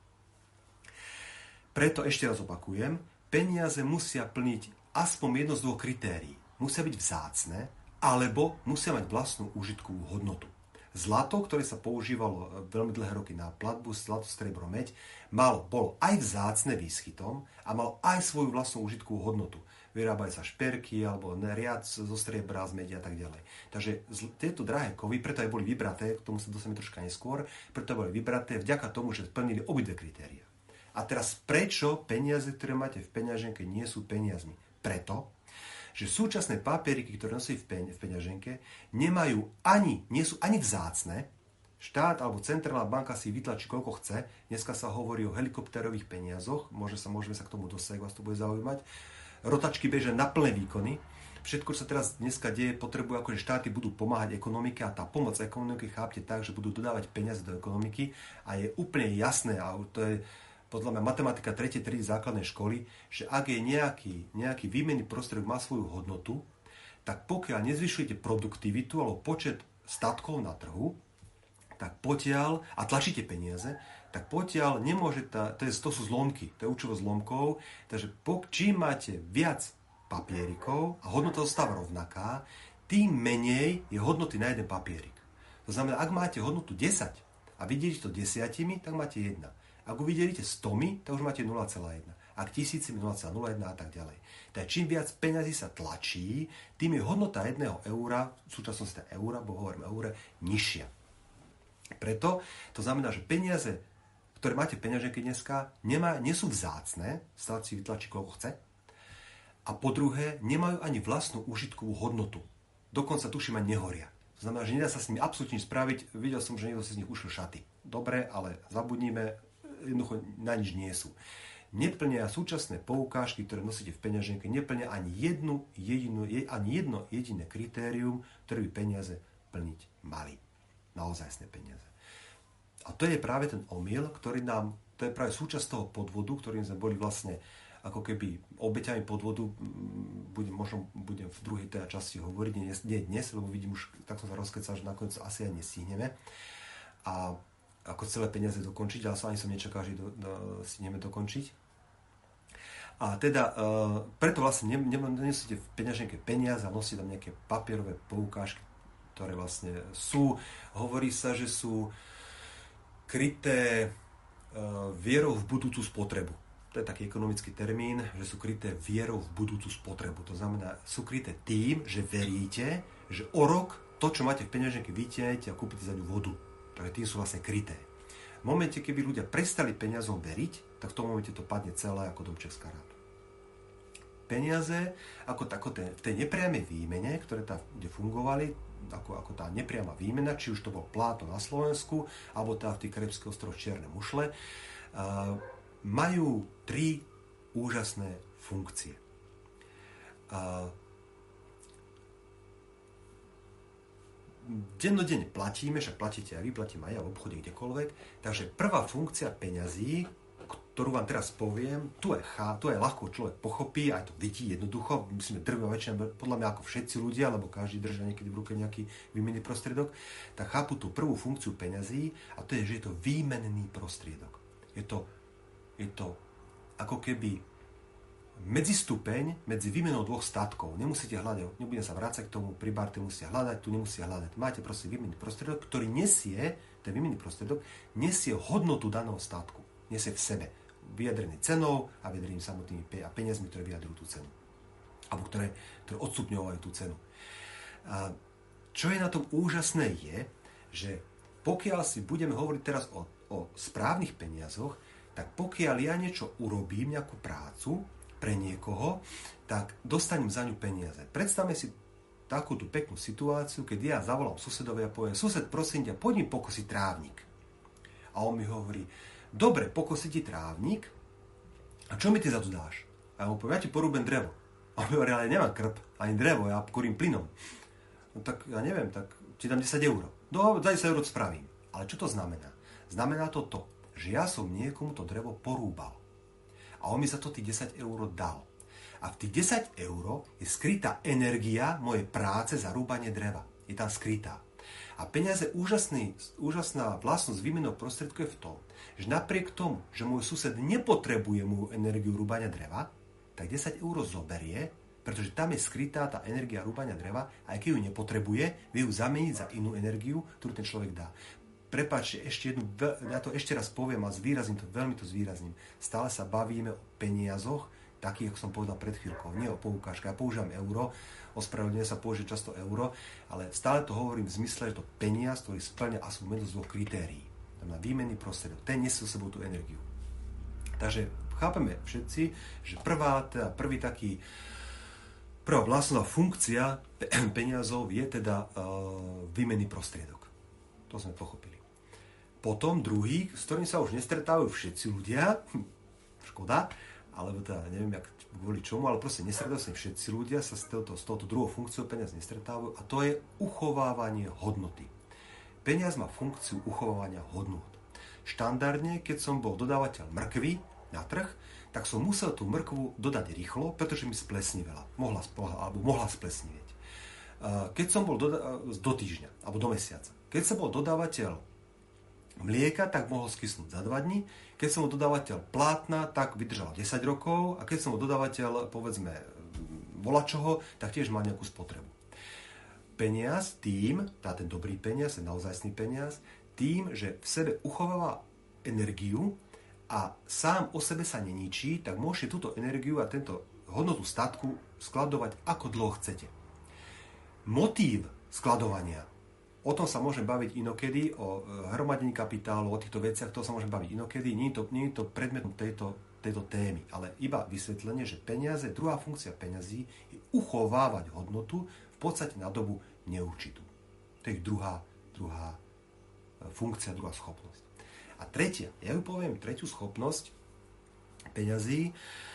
Preto ešte raz opakujem, peniaze musia plniť aspoň jedno z dvoch kritérií. Musia byť vzácne, alebo musia mať vlastnú užitkovú hodnotu. Zlato, ktoré sa používalo veľmi dlhé roky na platbu, zlato, striebro, meď, bolo aj vzácne výskytom a malo aj svoju vlastnú užitkovú hodnotu. Vyrábali sa šperky alebo riad zo striebra, z medi a tak ďalej. Takže tieto drahé kovy, preto aj boli vybraté, k tomu sa dostaneme troška neskôr, preto boli vybraté vďaka tomu, že splnili obidve kritéria. A teraz prečo peniaze, ktoré máte v peňaženke, nie sú peniazmi? Preto, že súčasné papieriky, ktoré nosí v peňaženke, nie sú ani vzácne. Štát alebo centrálna banka si vytlačí koľko chce. Dneska sa hovorí o helikopterových peniazoch, môžeme sa k tomu dostať, ak vás to bude zaujímať. Rotačky bežia na plné výkony. Všetko, čo sa teraz dneska deje, potrebujú, akože štáty budú pomáhať ekonomike a tá pomoc ekonomike chápte tak, že budú dodávať peniaze do ekonomiky a je úplne jasné, a to je podľa mňa matematika 3. triedy základnej školy, že ak je nejaký výmenný prostriedok má svoju hodnotu, tak pokiaľ nezvyšujete produktivitu alebo počet statkov na trhu, tak potiaľ, a tlačíte peniaze, tak potiaľ nemôže, to sú zlomky, to je učivo zlomkov, takže čím máte viac papierikov a hodnota zostáva rovnaká, tým menej je hodnoty na jeden papierik. To znamená, ak máte hodnotu 10 a vidíte to 10, tak máte 1. Ak ho vidíte 100, tak už máte 0,1. Ak 1000, 0,01 a tak ďalej. Takže čím viac peňazí sa tlačí, tým je hodnota 1 eura, v súčasnosti eura, bo hovorím eure, nižšia. Preto to znamená, že peniaze, ktoré máte v peňaženke dneska, nie sú vzácne, štát si vytlačí koľko chce, a po druhé, nemajú ani vlastnú užitkovú hodnotu. Dokonca tuším aj nehoria. To znamená, že nedá sa s nimi absolútne spraviť. Videl som, že niekto si z nich ušil šaty. Dobre, ale zabudnime, jednoducho na nič nie sú. Neplnia súčasné poukážky, ktoré nosíte v peňaženke, neplnia ani jedno jediné kritérium, ktoré by peniaze plniť mali. Naozajstné peniaze. A to je práve ten omyl, to je práve súčasť toho podvodu, ktorým sme boli vlastne ako keby obeťami podvodu, budem v druhej teda časti hovoriť, nie dnes, lebo vidím už, tak som sa rozkecal, že nakoniec asi aj nestihneme. A ako celé peniaze dokončiť, ale ani som nečakal, že stihneme dokončiť. A teda, preto vlastne nenosíte v peňaženke peniaze a nosíte tam nejaké papierové poukážky, ktoré vlastne hovorí sa, že sú kryté vierou v budúcu spotrebu. To je taký ekonomický termín, že sú kryté vierou v budúcu spotrebu. To znamená, sú kryté tým, že veríte, že o rok to, čo máte v peňaženke, vytiahnete a kúpite za ňu vodu. Takže tým sú vlastne kryté. V momente, keby ľudia prestali peniazom veriť, tak v tom momente to padne celé ako domček z karát. Peniaze, ako v tej nepriamej výmene, ktoré tam kde fungovali, ako tá nepriama výmena, či už to bol plátno na Slovensku, alebo tá v tých Karibských ostrovoch čierne mušle, majú 3 úžasné funkcie. dennodenne platíme, však platíte aj vy, platím aj ja v obchode kdekoľvek, takže prvá funkcia peňazí, ktorú vám teraz poviem, tu aj ľahko človek pochopí, aj to vidí jednoducho, myslíme drvivá väčšina, podľa mňa ako všetci ľudia, lebo každý drží niekedy v ruke nejaký výmenný prostriedok, tak chápu tú prvú funkciu peňazí a to je, že je to výmenný prostriedok. Je to ako keby medzistupeň medzi výmenou dvoch statkov. Nemusíte hľadať, nebudem sa vrácať k tomu, pri barte musia hľadať, tu nemusia hľadať. Máte proste výmenný prostriedok, ktorý nesie, ten výmenný prostriedok, nesie hodnotu daného statku. Nesie v sebe. Vyjadrený cenou a vyjadreným samotnými peniazmi, ktoré vyjadrujú tú cenu. Alebo ktoré odstupňovajú tú cenu. A čo je na tom úžasné je, že pokiaľ si budeme hovoriť teraz o správnych peniazoch, tak pokiaľ ja niečo urobím, nejakú prácu pre niekoho, tak dostanem za ňu peniaze. Predstavme si takúto peknú situáciu, keď ja zavolám susedovi a poviem: sused, prosím ťa, poď mi pokosiť trávnik. A on mi hovorí: dobre, pokosiť ti trávnik, a čo mi ty za to dáš? A ja mu poviem: ja ti porúbem drevo. A on mi hovorí: ale nemám krb, ani drevo, ja kurím plynom. No tak ja neviem, tak ti dám 10 eur. No, za 10 eur spravím. Ale čo to znamená? Znamená to, že ja som niekomu to drevo porúbal. A on mi za to tých 10 eur dal. A v tých 10 eur je skrytá energia mojej práce za rúbanie dreva. Je tam skrytá. A peniaze, úžasná vlastnosť výmenného prostriedku je v tom, že napriek tomu, že môj sused nepotrebuje moju energiu rúbania dreva, tak 10 eur zoberie, pretože tam je skrytá tá energia rúbania dreva, a aj keď ju nepotrebuje, vie ju zameniť za inú energiu, ktorú ten človek dá. Prepáčte, ja to ešte raz poviem a veľmi to zvýrazním. Stále sa bavíme o peniazoch, takých, ako som povedal pred chvíľkou, nie o poukážkach. Ja používam euro, ospravedlňujem sa, použiť často euro, ale stále to hovorím v zmysle, že to peniaz, ktorý spĺňa aspoň jedno z dvoch kritérií. Tam na výmenný prostriedok, ten nesie so sebou tú energiu. Takže chápeme všetci, že prvá vlastná funkcia peniazov je teda výmenný prostriedok. To sme pochopili. Potom druhý, s ktorým sa už nestretávajú všetci ľudia, škoda, alebo teda neviem, kvôli čomu, ale proste nestretávajú sa všetci ľudia, sa s touto druhou funkciou peniaz nestretávajú, a to je uchovávanie hodnoty. Peniaz má funkciu uchovávania hodnot. Štandardne, keď som bol dodávateľ mrkvy na trh, tak som musel tú mrkvu dodať rýchlo, pretože mi splesnivela. Mohla splesnivieť. Keď som bol do týždňa, alebo do mesiaca. Keď som bol dodávateľ mlieka, tak mohol skysnúť za 2 dní. Keď som bol dodávateľ plátna, tak vydržal 10 rokov. A keď som bol dodávateľ, povedzme, volačoho, tak tiež mal nejakú spotrebu. Peniaz tým, ten dobrý peniaz, ten naozajstný peniaz, tým, že v sebe uchováva energiu a sám o sebe sa neničí, tak môžete túto energiu a tento hodnotu statku skladovať ako dlho chcete. Motív skladovania, o tom sa môžem baviť inokedy, o hromadení kapitálu, o týchto veciach, to sa môžem baviť inokedy, nie je to predmetom tejto témy, ale iba vysvetlenie, že peniaze, druhá funkcia peňazí je uchovávať hodnotu v podstate na dobu neurčitú. To je druhá funkcia, druhá schopnosť. A tretia, ja ju poviem, tretiu schopnosť peňazí,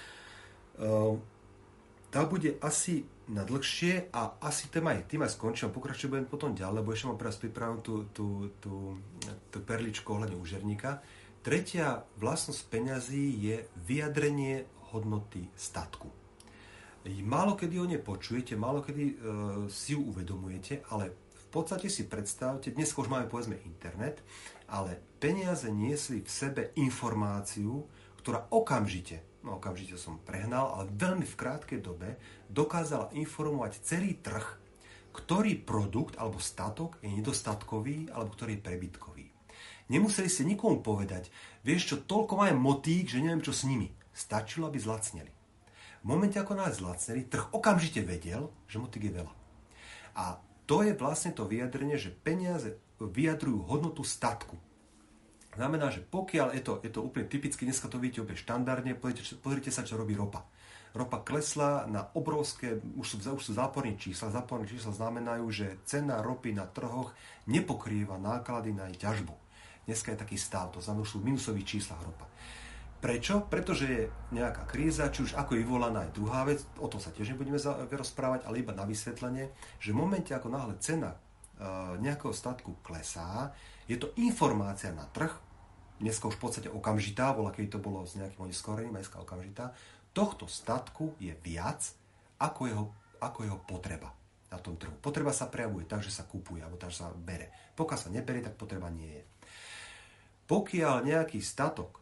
tá bude asi na dlhšie a asi tým aj skončím. Pokračujem budem potom ďalej, lebo ešte mám teraz pripravenú tú perličku ohľadne úžerníka. Tretia vlastnosť peňazí je vyjadrenie hodnoty statku. Málo kedy o nej počujete, málo kedy si ju uvedomujete, ale v podstate si predstavte, dnes už máme povedzme internet, ale peniaze niesli v sebe informáciu, ktorá okamžite som prehnal, ale veľmi v krátkej dobe dokázala informovať celý trh, ktorý produkt alebo statok je nedostatkový alebo ktorý je prebytkový. Nemuseli ste nikomu povedať: vieš čo, toľko majú motík, že neviem čo s nimi. Stačilo, aby zlacneli. V momente, ako nás zlacneli, trh okamžite vedel, že motík je veľa. A to je vlastne to vyjadrenie, že peniaze vyjadrujú hodnotu statku. Znamená, že pokiaľ je to úplne typicky, dneska to vidíte úplne štandardne, pozrite sa, čo robí ropa. Ropa klesla na obrovské, už sú záporné čísla. Záporné čísla znamenajú, že cena ropy na trhoch nepokrýva náklady na jej ťažbu. Dneska je taký stav, to znamená, že sú v minusových číslach ropa. Prečo? Pretože je nejaká kríza, či už ako je vyvolaná aj druhá vec, o tom sa tiež nebudeme rozprávať, ale iba na vysvetlenie, že v momente, ako náhle cena nejakého statku klesá, je to informácia na trh, dneska už v podstate okamžitá, bola keď to bolo s nejakým oneskorením, dneska okamžitá, tohto statku je viac ako jeho potreba na tom trhu. Potreba sa prejavuje tak, že sa kupuje, alebo tak, že sa bere. Pokiaľ sa neberie, tak potreba nie je. Pokiaľ nejaký statok,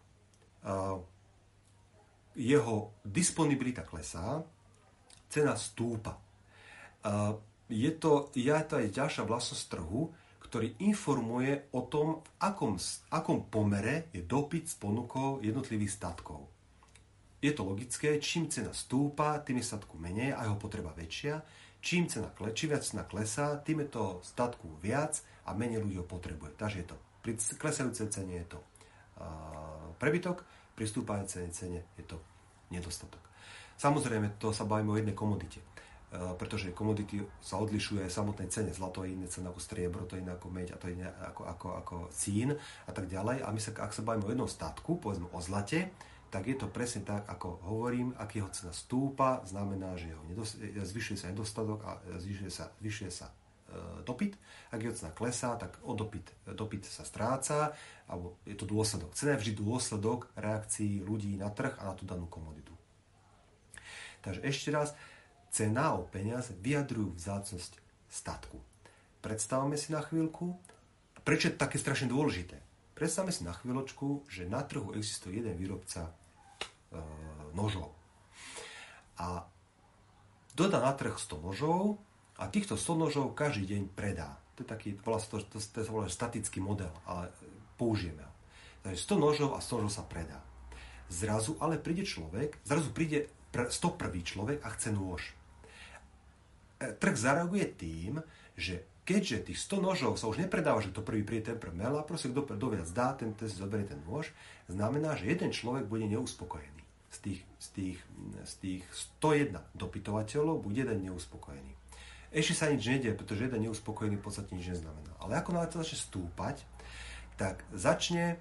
jeho disponibilita klesá, cena stúpa. Je to aj ďalšia vlastnosť trhu, ktorý informuje o tom, v akom pomere je dopyt s ponukou jednotlivých statkov. Je to logické, čím cena stúpa, tým je statku menej a jeho potreba väčšia. Čím viac cena klesá, tým je toho statku viac a menej ľudí ho potrebuje. Takže je to pri klesajúcej cene je to prebytok, pri stúpajúcej cene je to nedostatok. Samozrejme, to sa bavíme o jednej komodite, pretože komodity sa odlišuje aj samotnej cene. Zlato je iné cena ako striebro, to je iné ako meď a to je iné ako cín a tak ďalej. A my ak sa bavíme o jednom statku, povedzme o zlate, tak je to presne tak, ako hovorím, ak jeho cena stúpa, znamená, že zvyšuje sa nedostatok a zvyšuje sa dopyt. Ak jeho cena klesá, tak dopyt sa stráca, alebo je to dôsledok. Cena je vždy dôsledok reakcií ľudí na trh a na tú danú komoditu. Takže ešte raz, cena o peniaze vyjadrujú vzácnosť statku. Predstavme si na chvíľku, prečo je také strašne dôležité. Predstavme si na chvíľočku, že na trhu existuje jeden výrobca nožov. A dodá na trh 100 nožov a týchto 100 nožov každý deň predá. To je taký, to je statický model, ale použijeme ho. Takže 100 nožov a 100 nožov sa predá. Zrazu príde 101. človek a chce nôž. Trh zareaguje tým, že keďže tých 100 nožov sa už nepredáva, že to prvý príde, ten prvý mela, proste kto viac dá, ten si zoberie ten nôž, znamená, že jeden človek bude neuspokojený. Z tých 101 dopytovateľov bude jeden neuspokojený. Ešte sa nič nedie, pretože jeden neuspokojený v podstate nič neznamená. Ale ako náhle to začne stúpať, tak začne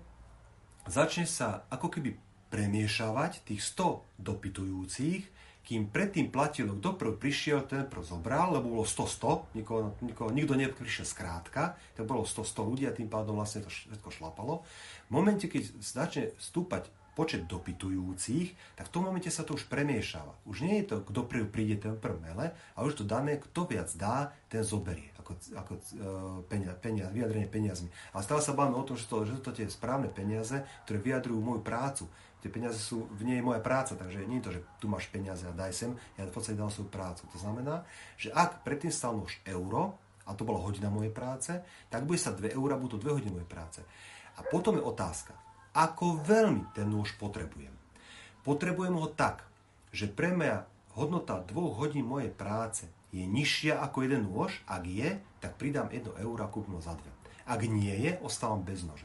sa ako keby premiešavať tých 100 dopytujúcich, kým predtým platilo, kto prv prišiel, ten prv zobral, lebo bolo 100-100, nikto neprišiel skrátka, to bolo 100 ľudí a tým pádom vlastne to všetko šlapalo. V momente, keď začne stúpať počet dopytujúcich, tak v tom momente sa to už premiešava. Už nie je to, kto prv príde, ten prv mele, ale už to dané, kto viac dá, ten zoberie, ako vyjadrenie peniazmi. A stále sa bavíme o tom, že to tie správne peniaze, ktoré vyjadrujú moju prácu. Tie peniaze sú, v nej moja práca, takže nie je to, že tu máš peniaze a daj sem, ja v podstate dám svoju prácu. To znamená, že ak predtým stal nôž euro, a to bola hodina mojej práce, tak bude sa 2 eurá, budú 2 hodiny mojej práce. A potom je otázka, ako veľmi ten nôž potrebujem. Potrebujem ho tak, že pre mňa hodnota 2 hodín mojej práce je nižšia ako jeden nôž. Ak je, tak pridám 1 euro a kúpim ho za 2. Ak nie je, ostávam bez noža.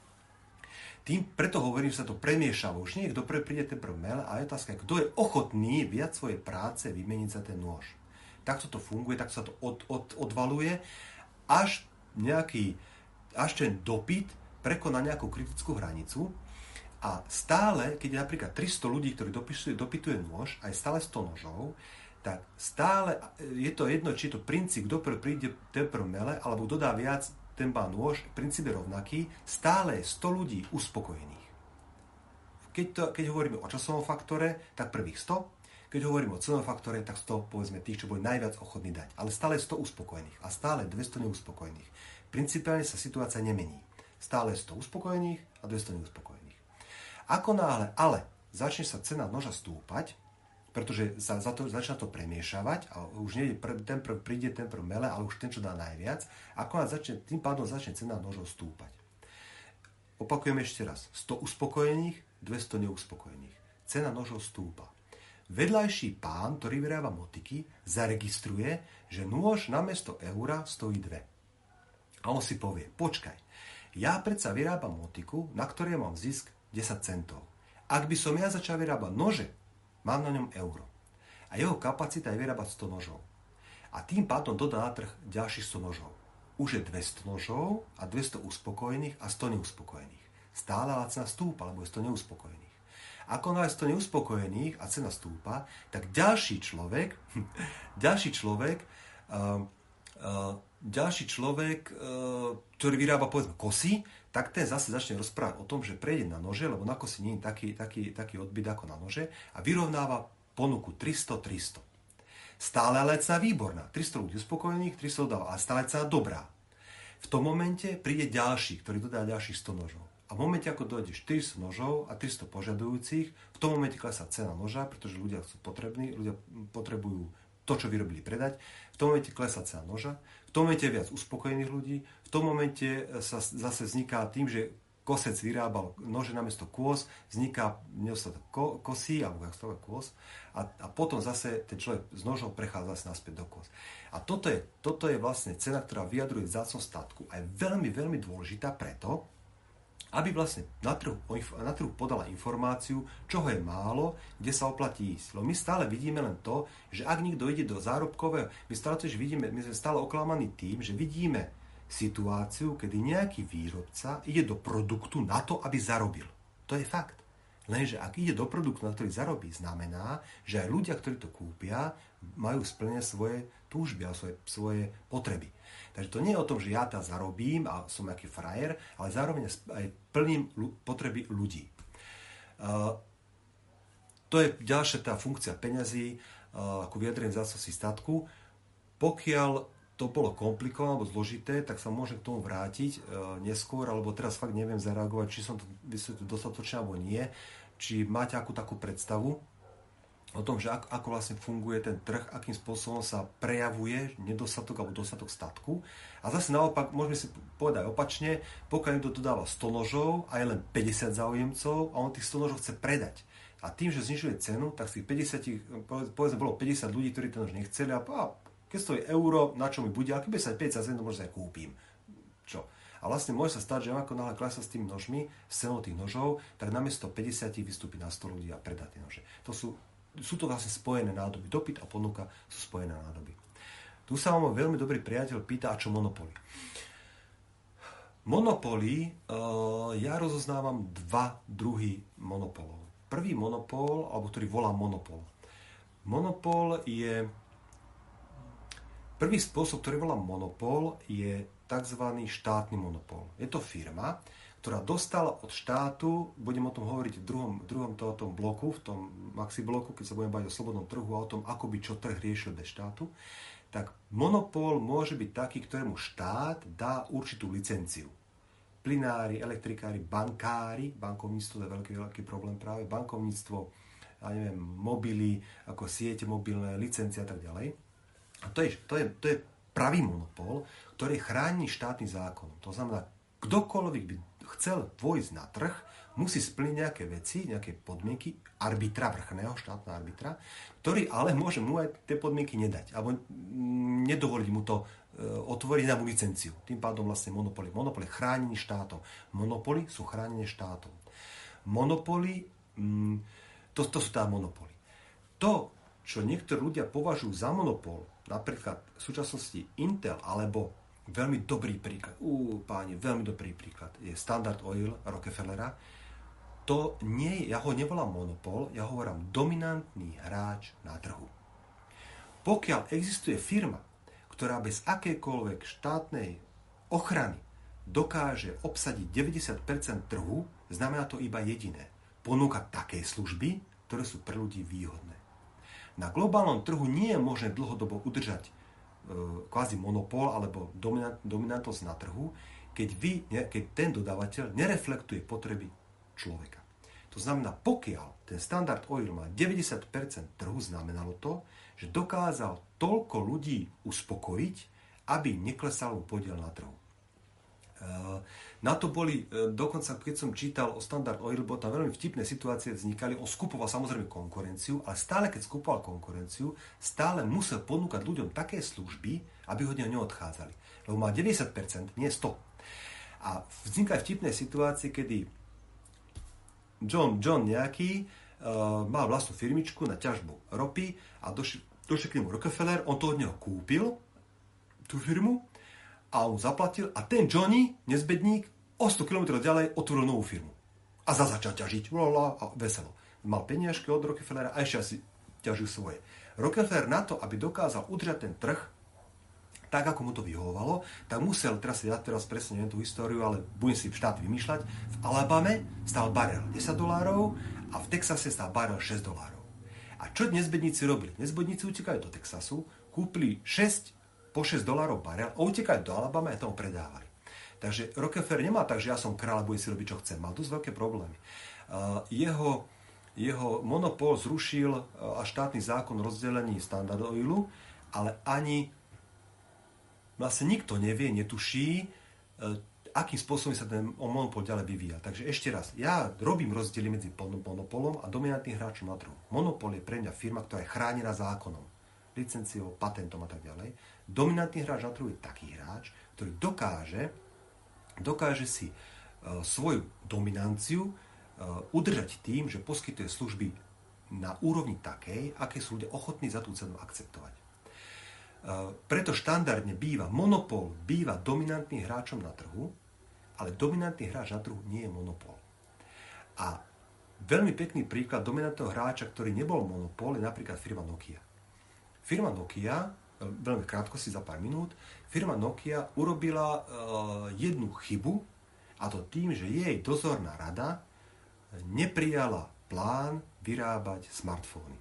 Preto hovorím, že sa to premiešava. Už nie je, kto príde ten prvý mele, a je otázka, kto je ochotný viac svojej práce vymeniť za ten nôž. Takto to funguje, takto sa to odvaluje, až ten dopyt prekoná nejakú kritickú hranicu a stále, keď je napríklad 300 ľudí, ktorí dopytuje nôž, aj stále 100 nožov, tak stále je to jedno, či je to princíp, kto príde ten prvý mele, alebo kto dá viac, ten má nôž, princíp je rovnaký, stále je 100 ľudí uspokojených. Keď hovoríme o časovom faktore, tak prvých 100, keď hovoríme o cenovom faktore, tak 100, povedzme, tých, čo boli najviac ochotní dať. Ale stále je 100 uspokojených a stále 200 neuspokojných. Principiálne sa situácia nemení. Stále 100 uspokojených a 200 neuspokojených. Ako náhle ale začne sa cena noža stúpať, pretože začína to premiešavať a už nie príde ten prvý mele, ale už ten, čo dá najviac, tým pádom začne cena nožov stúpať. Opakujem ešte raz. 100 uspokojených, 200 neuspokojených. Cena nožov stúpa. Vedľajší pán, ktorý vyrába motiky, zaregistruje, že nôž namiesto eura stojí 2. A on si povie, počkaj, ja predsa vyrábam motiku, na ktorej mám zisk 10 centov. Ak by som ja začal vyrábať nože, mám na ňom euro. A jeho kapacita je vyrábať 100 nožov. A tým pádom dodá na trh ďalších 100 nožov. Už je 200 nožov a 200 uspokojených a 100 neuspokojených. Stále ale cena stúpa, lebo je 100 neuspokojených. Ako náhle 100 neuspokojených a cena stúpa, tak ďalší človek ďalší človek, ktorý vyrába povedzme kosy, tak ten zase začne rozprávať o tom, že prejde na nože, lebo na kosy nie je taký odbyt ako na nože a vyrovnáva ponuku 300. Stále ale cena výborná. 300 ľudí uspokojených, 300 dáva, ale stále cena dobrá. V tom momente príde ďalší, ktorý dodá ďalších 100 nožov. A v momente, ako dojde 400 nožov a 300 požadujúcich, v tom momente klesá cena noža, pretože ľudia sú potrební, ľudia potrebujú to, čo vyrobili, predať. V tom momente klesá cena noža, v tom momente je viac uspokojených ľudí, v tom momente sa zase vzniká tým, že kosec vyrábal nože namiesto kôz, vzniká nedostatok kosí, alebo ako kôz, a potom zase ten človek z nožov prechádza zase naspäť do kôz. A toto je vlastne cena, ktorá vyjadruje vzácnosť statku a je veľmi, veľmi dôležitá preto, aby vlastne na trhu podala informáciu, čoho je málo, kde sa oplatí ísť. Lebo my stále vidíme len to, že ak niekto ide do zárobkového, my sme stále oklamaní tým, že vidíme situáciu, kedy nejaký výrobca ide do produktu na to, aby zarobil. To je fakt. Lenže ak ide do produktu, na ktorý zarobí, znamená, že aj ľudia, ktorí to kúpia, majú splnené svoje túžby a svoje potreby. Takže to nie je o tom, že ja tá zarobím a som nejaký frajer, ale zároveň aj plním potreby ľudí. To je ďalšia tá funkcia peňazí, ako vyjadrenie vzácnosti statku. Pokiaľ to bolo komplikované alebo zložité, tak sa môžem k tomu vrátiť neskôr, alebo teraz fakt neviem zareagovať, či som to vysvetlil dostatočne alebo nie, či máte akú takú predstavu o tom, že ako vlastne funguje ten trh, akým spôsobom sa prejavuje nedostatok alebo dostatok statku. A zase naopak, môžeme si povedať opačne, pokiaľ niekto dodáva 100 nožov a je len 50 záujemcov a on tých 100 nožov chce predať. A tým, že znižuje cenu, tak z tých 50, povedzme, bolo 50 ľudí, ktorí ten nož nechceli a keď stojí euro, na čo mi bude, ale keď sa 50 cent, možno aj kúpim. Čo? A vlastne môže sa stať, že ako náhle klesá s tými nožmi, s cenou tých nožov, tak namiesto 50 vystúpi na 100 ľudí a predá tie nože. Sú to vlastne spojené nádoby. Dopyt a ponuka sú spojené nádoby. Tu sa vám veľmi dobrý priateľ pýta, a čo monopoly? Monopoly, ja rozoznávam dva druhy monopolov. Prvý monopol, alebo ktorý volá monopol. Monopol je... Prvý spôsob, ktorý volá monopol, je tzv. Štátny monopol. Je to firma, ktorá dostala od štátu, budem o tom hovoriť v druhom tohoto bloku, v tom maxi bloku, keď sa budeme baviť o slobodnom trhu a o tom, ako by čo trh riešil bez štátu, tak monopol môže byť taký, ktorému štát dá určitú licenciu. Plynári, elektrikári, bankári, bankovníctvo, to je veľký problém práve, bankovníctvo, ja neviem, mobily, ako siete mobilné, licencie a tak ďalej. A to je pravý monopol, ktorý je chránený štátnym zákonom. To znamená, kdokoľvek by chcel vojsť na trh, musí splniť nejaké veci, nejaké podmienky arbitra, vrchného štátneho arbitra, ktorý ale môže mu aj tie podmienky nedať, alebo nedovoliť mu to otvoriť na licenciu. Tým pádom vlastne monopoly. Monopoly chránený štátom. Monopoly sú chránené štátom. Monopoly, to sú tá monopoly. To, čo niektorí ľudia považujú za monopol, napríklad v súčasnosti Intel, alebo veľmi dobrý príklad, páni, veľmi dobrý príklad, je Standard Oil Rockefellera. To nie, ja ho nevolám monopol, ja ho hovorím dominantný hráč na trhu. Pokiaľ existuje firma, ktorá bez akékoľvek štátnej ochrany dokáže obsadiť 90% trhu, znamená to iba jediné. Ponúka také služby, ktoré sú pre ľudí výhodné. Na globálnom trhu nie je možné dlhodobo udržať kvázi monopol alebo dominantnosť na trhu, keď ten dodávateľ nereflektuje potreby človeka. To znamená, pokiaľ ten Standard Oil má 90% trhu, znamenalo to, že dokázal toľko ľudí uspokojiť, aby neklesal podiel na trhu. Na to boli, dokonca keď som čítal o Standard Oil, bolo tam veľmi vtipné situácie vznikali, on skupoval samozrejme konkurenciu, ale stále keď skupoval konkurenciu, stále musel ponúkať ľuďom také služby, aby ho neodchádzali. Lebo má 90%, nie 100%. A vznikali vtipné situácie, kedy John nejaký mal vlastnú firmičku na ťažbu ropy a došiel k nemu Rockefeller, on to od neho kúpil, tú firmu, a on zaplatil a ten Johnny, nezbedník, o 100 km ďalej otvoril novú firmu. A začal ťažiť a veselo. Mal peniažky od Rockefellera a ešte asi ťažil svoje. Rockefeller na to, aby dokázal udržať ten trh, tak, ako mu to vyhovovalo, tak musel, teraz presne neviem tú históriu, ale budem si štát vymýšľať, v Alabame stál barel $10 a v Texase stál barel $6. A čo dnes bedníci robili? Dnes bedníci utekajú do Texasu, kúpili po $6 barel a utekajú do Alabama a tomu predávali. Takže Rockefeller nemá tak, že ja som kráľ a budem si robiť, čo chcem. Mal dosť veľké problémy. Jeho monopol zrušil a štátny zákon o rozdelení Standard Oilu, ale ani vlastne nikto nevie, netuší, akým spôsobom sa ten monopol ďalej vyvíja. Takže ešte raz, ja robím rozdiely medzi monopolom a dominantným hráčom na trhu. Monopol je pre mňa firma, ktorá je chránená zákonom, licenciou, patentom a tak ďalej. Dominantný hráč na trhu je taký hráč, ktorý dokáže si svoju dominanciu udržať tým, že poskytuje služby na úrovni takej, aké sú ľudia ochotní za tú cenu akceptovať. Preto štandardne monopol býva dominantným hráčom na trhu, ale dominantný hráč na trhu nie je monopol. A veľmi pekný príklad dominantného hráča, ktorý nebol monopol, je napríklad firma Nokia. Firma Nokia, veľmi krátko si za pár minút, firma Nokia urobila jednu chybu, a to tým, že jej dozorná rada neprijala plán vyrábať smartfóny.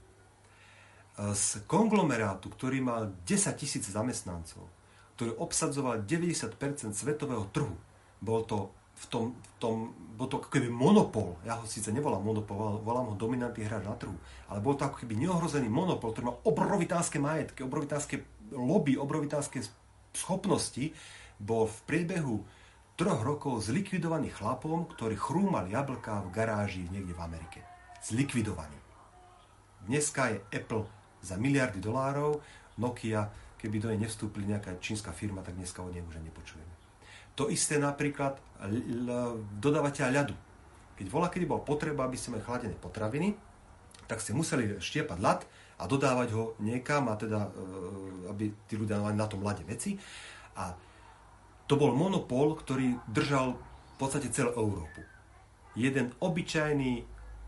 Z konglomerátu, ktorý mal 10 000 zamestnancov, ktorý obsadzoval 90% svetového trhu, bol to ako keby monopol, ja ho síce nevolám monopol, volám ho dominantný hráč na trhu, ale bol to ako keby neohrozený monopol, ktorý mal obrovitánske majetky, obrovitánske lobby, obrovitánske schopnosti, bol v priebehu 3 rokov zlikvidovaný chlapom, ktorý chrúmal jablká v garáži niekde v Amerike. Zlikvidovaný. Dneska je Apple za miliardy $, Nokia, keby do nej nevstúpili nejaká čínska firma, tak dneska o nej už nepočujeme. To isté napríklad dodávateľ ľadu. Kedy bol potreba, aby ste mali chladené potraviny, tak ste museli štiepať ľad a dodávať ho niekam, a teda, aby tí ľudia mali na tom ľade veci. A to bol monopol, ktorý držal v podstate celú Európu. Jeden obyčajný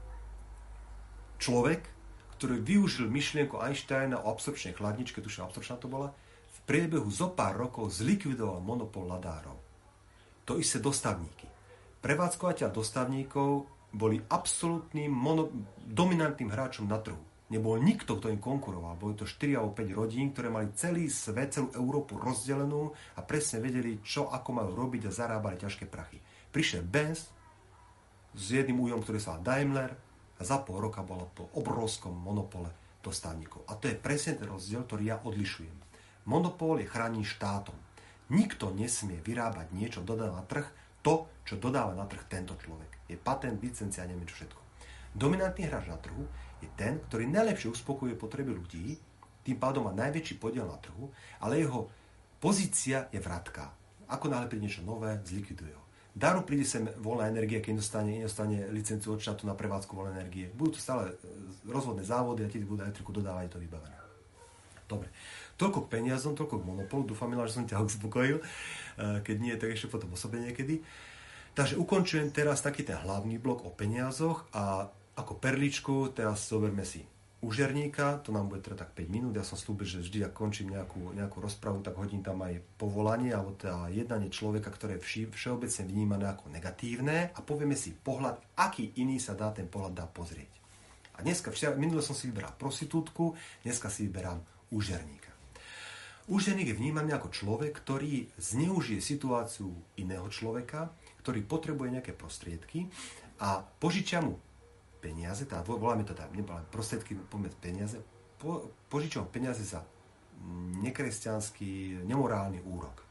človek, ktorý využil myšlienku Einsteina o absorpčnej chladničke, tuším, absorpčná to bola, v priebehu zo pár rokov zlikvidoval monopol ľadárov. To isté dostavníky. Prevádzkovateľ dostavníkov boli absolútnym dominantným hráčom na trhu. Nebol nikto, kto im konkuroval. Boli to 4 alebo 5 rodín, ktoré mali celý svet, celú Európu rozdelenú a presne vedeli, čo ako majú robiť a zarábali ťažké prachy. Prišiel Benz s jedným újom, ktorý sa Daimler, a za pol roka bolo po obrovskom monopole dostavníkov. A to je presne ten rozdiel, ktorý ja odlišujem. Monopol je chránený štátom. Nikto nesmie vyrábať niečo, dodať na trh to, čo dodáva na trh tento človek. Je patent, licencia a neviem čo všetko. Dominantný hráč na trhu je ten, ktorý najlepšie uspokojuje potreby ľudí, tým pádom má najväčší podiel na trhu, ale jeho pozícia je vratká. Ako náhle príde niečo nové, zlikviduje ho. Daru príde sem voľná energia, keď nedostane licenciu od štátu na prevádzku voľnej energie. Budú to stále rozvodné závody a tie budú elektriku dodávať, to vybavené. Dobre. Toľko k peniazom, toľko k monopolu. Dúfam, že som ťa uspokojil. Keď nie, tak ešte potom o sobe niekedy. Takže ukončujem teraz taký ten hlavný blok o peniazoch a ako perličku teraz zoberme si úžerníka, to nám bude teda tak 5 minút, ja som slúbil, že vždy, ak končím nejakú rozpravu, tak hodím tam aj povolanie, alebo teda jednanie človeka, ktoré je všeobecne vnímané ako negatívne a povieme si pohľad, aký iný sa dá ten pohľad dá pozrieť. A minule som si vyberal prostitútku, dneska si vyberám úžerníka. Úžerník je vnímaný ako človek, ktorý zneužije situáciu iného človeka, ktorý potrebuje nejaké prostriedky a požičia mu peniaze, teda voláme to tam, prostriedky, poďme peniaze, požičia mu peniaze za nekresťanský, nemorálny úrok.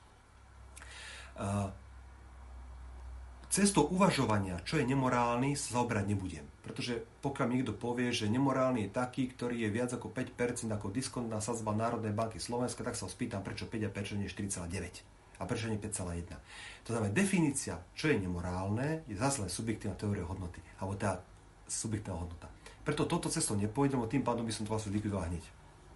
Cestou uvažovania, čo je nemorálny, sa zaoberať nebudem. Pretože pokiaľ niekto povie, že nemorálny je taký, ktorý je viac ako 5% ako diskontná sadzba Národnej banky Slovenska, tak sa ho spýtam, prečo 5 a prečo nie 4,9 a prečo nie 5,1. To znamená, definícia, čo je nemorálne, je zase len subjektívna teória hodnoty. Alebo tá subjektívna hodnota. Preto toto cestou nepôjdem, tým pádom by som to vlastne likvidoval hneď.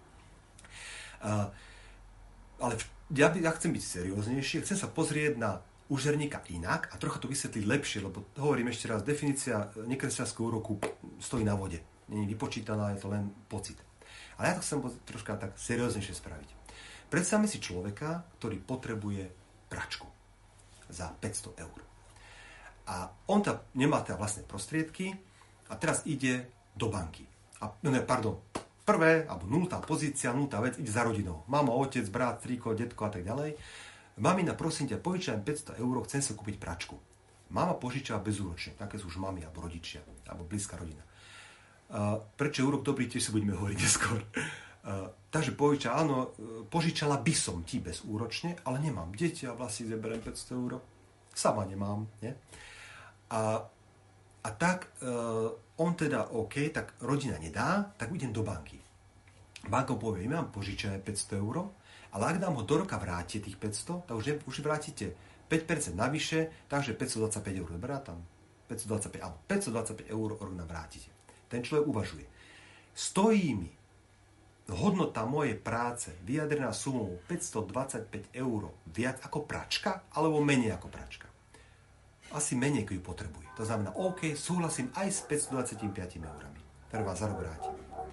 Ale ja chcem byť serióznejší, chcem sa pozrieť na úžerníka inak a trocha to vysvetliť lepšie, lebo hovorím ešte raz, definícia nekresťanského úroku stojí na vode. Nie je vypočítaná, je to len pocit. Ale ja to chcem troška tak serióznejšie spraviť. Predstavme si človeka, ktorý potrebuje pračku za 500 eur. A on nemá teda vlastné prostriedky a teraz ide do banky. Prvé, alebo nultá pozícia, nultá vec, ide za rodinou. Mama, otec, brat, strýko, detko a tak ďalej. Mamina, prosím ťa, požičaj 500 eur, chcem sa kúpiť pračku. Mama požičala bezúročne, také sú už mami, alebo rodičia, alebo blízka rodina. Prečo je úrok dobrý, tiež si budeme hovoriť neskôr. Takže požičala by som ti bezúročne, ale nemám deti a vlastne zeberiem 500 eur. Sama nemám, nie? A tak on teda OK, tak rodina nedá, tak idem do banky. Banka povie, mám požičané 500 eur, ale ak dám ho do roka vráti tých 500, tak už vrátite 5% navyše, takže 525 eur. Dobrá tam? 525 eur rok nám vrátite. Ten človek uvažuje. Stojí mi hodnota mojej práce vyjadrená sumou 525 eur viac ako pračka, alebo menej ako pračka? Asi menej, keď ju potrebuje. To znamená, OK, súhlasím aj s 525 eurami, ktoré vás za rok vrátim.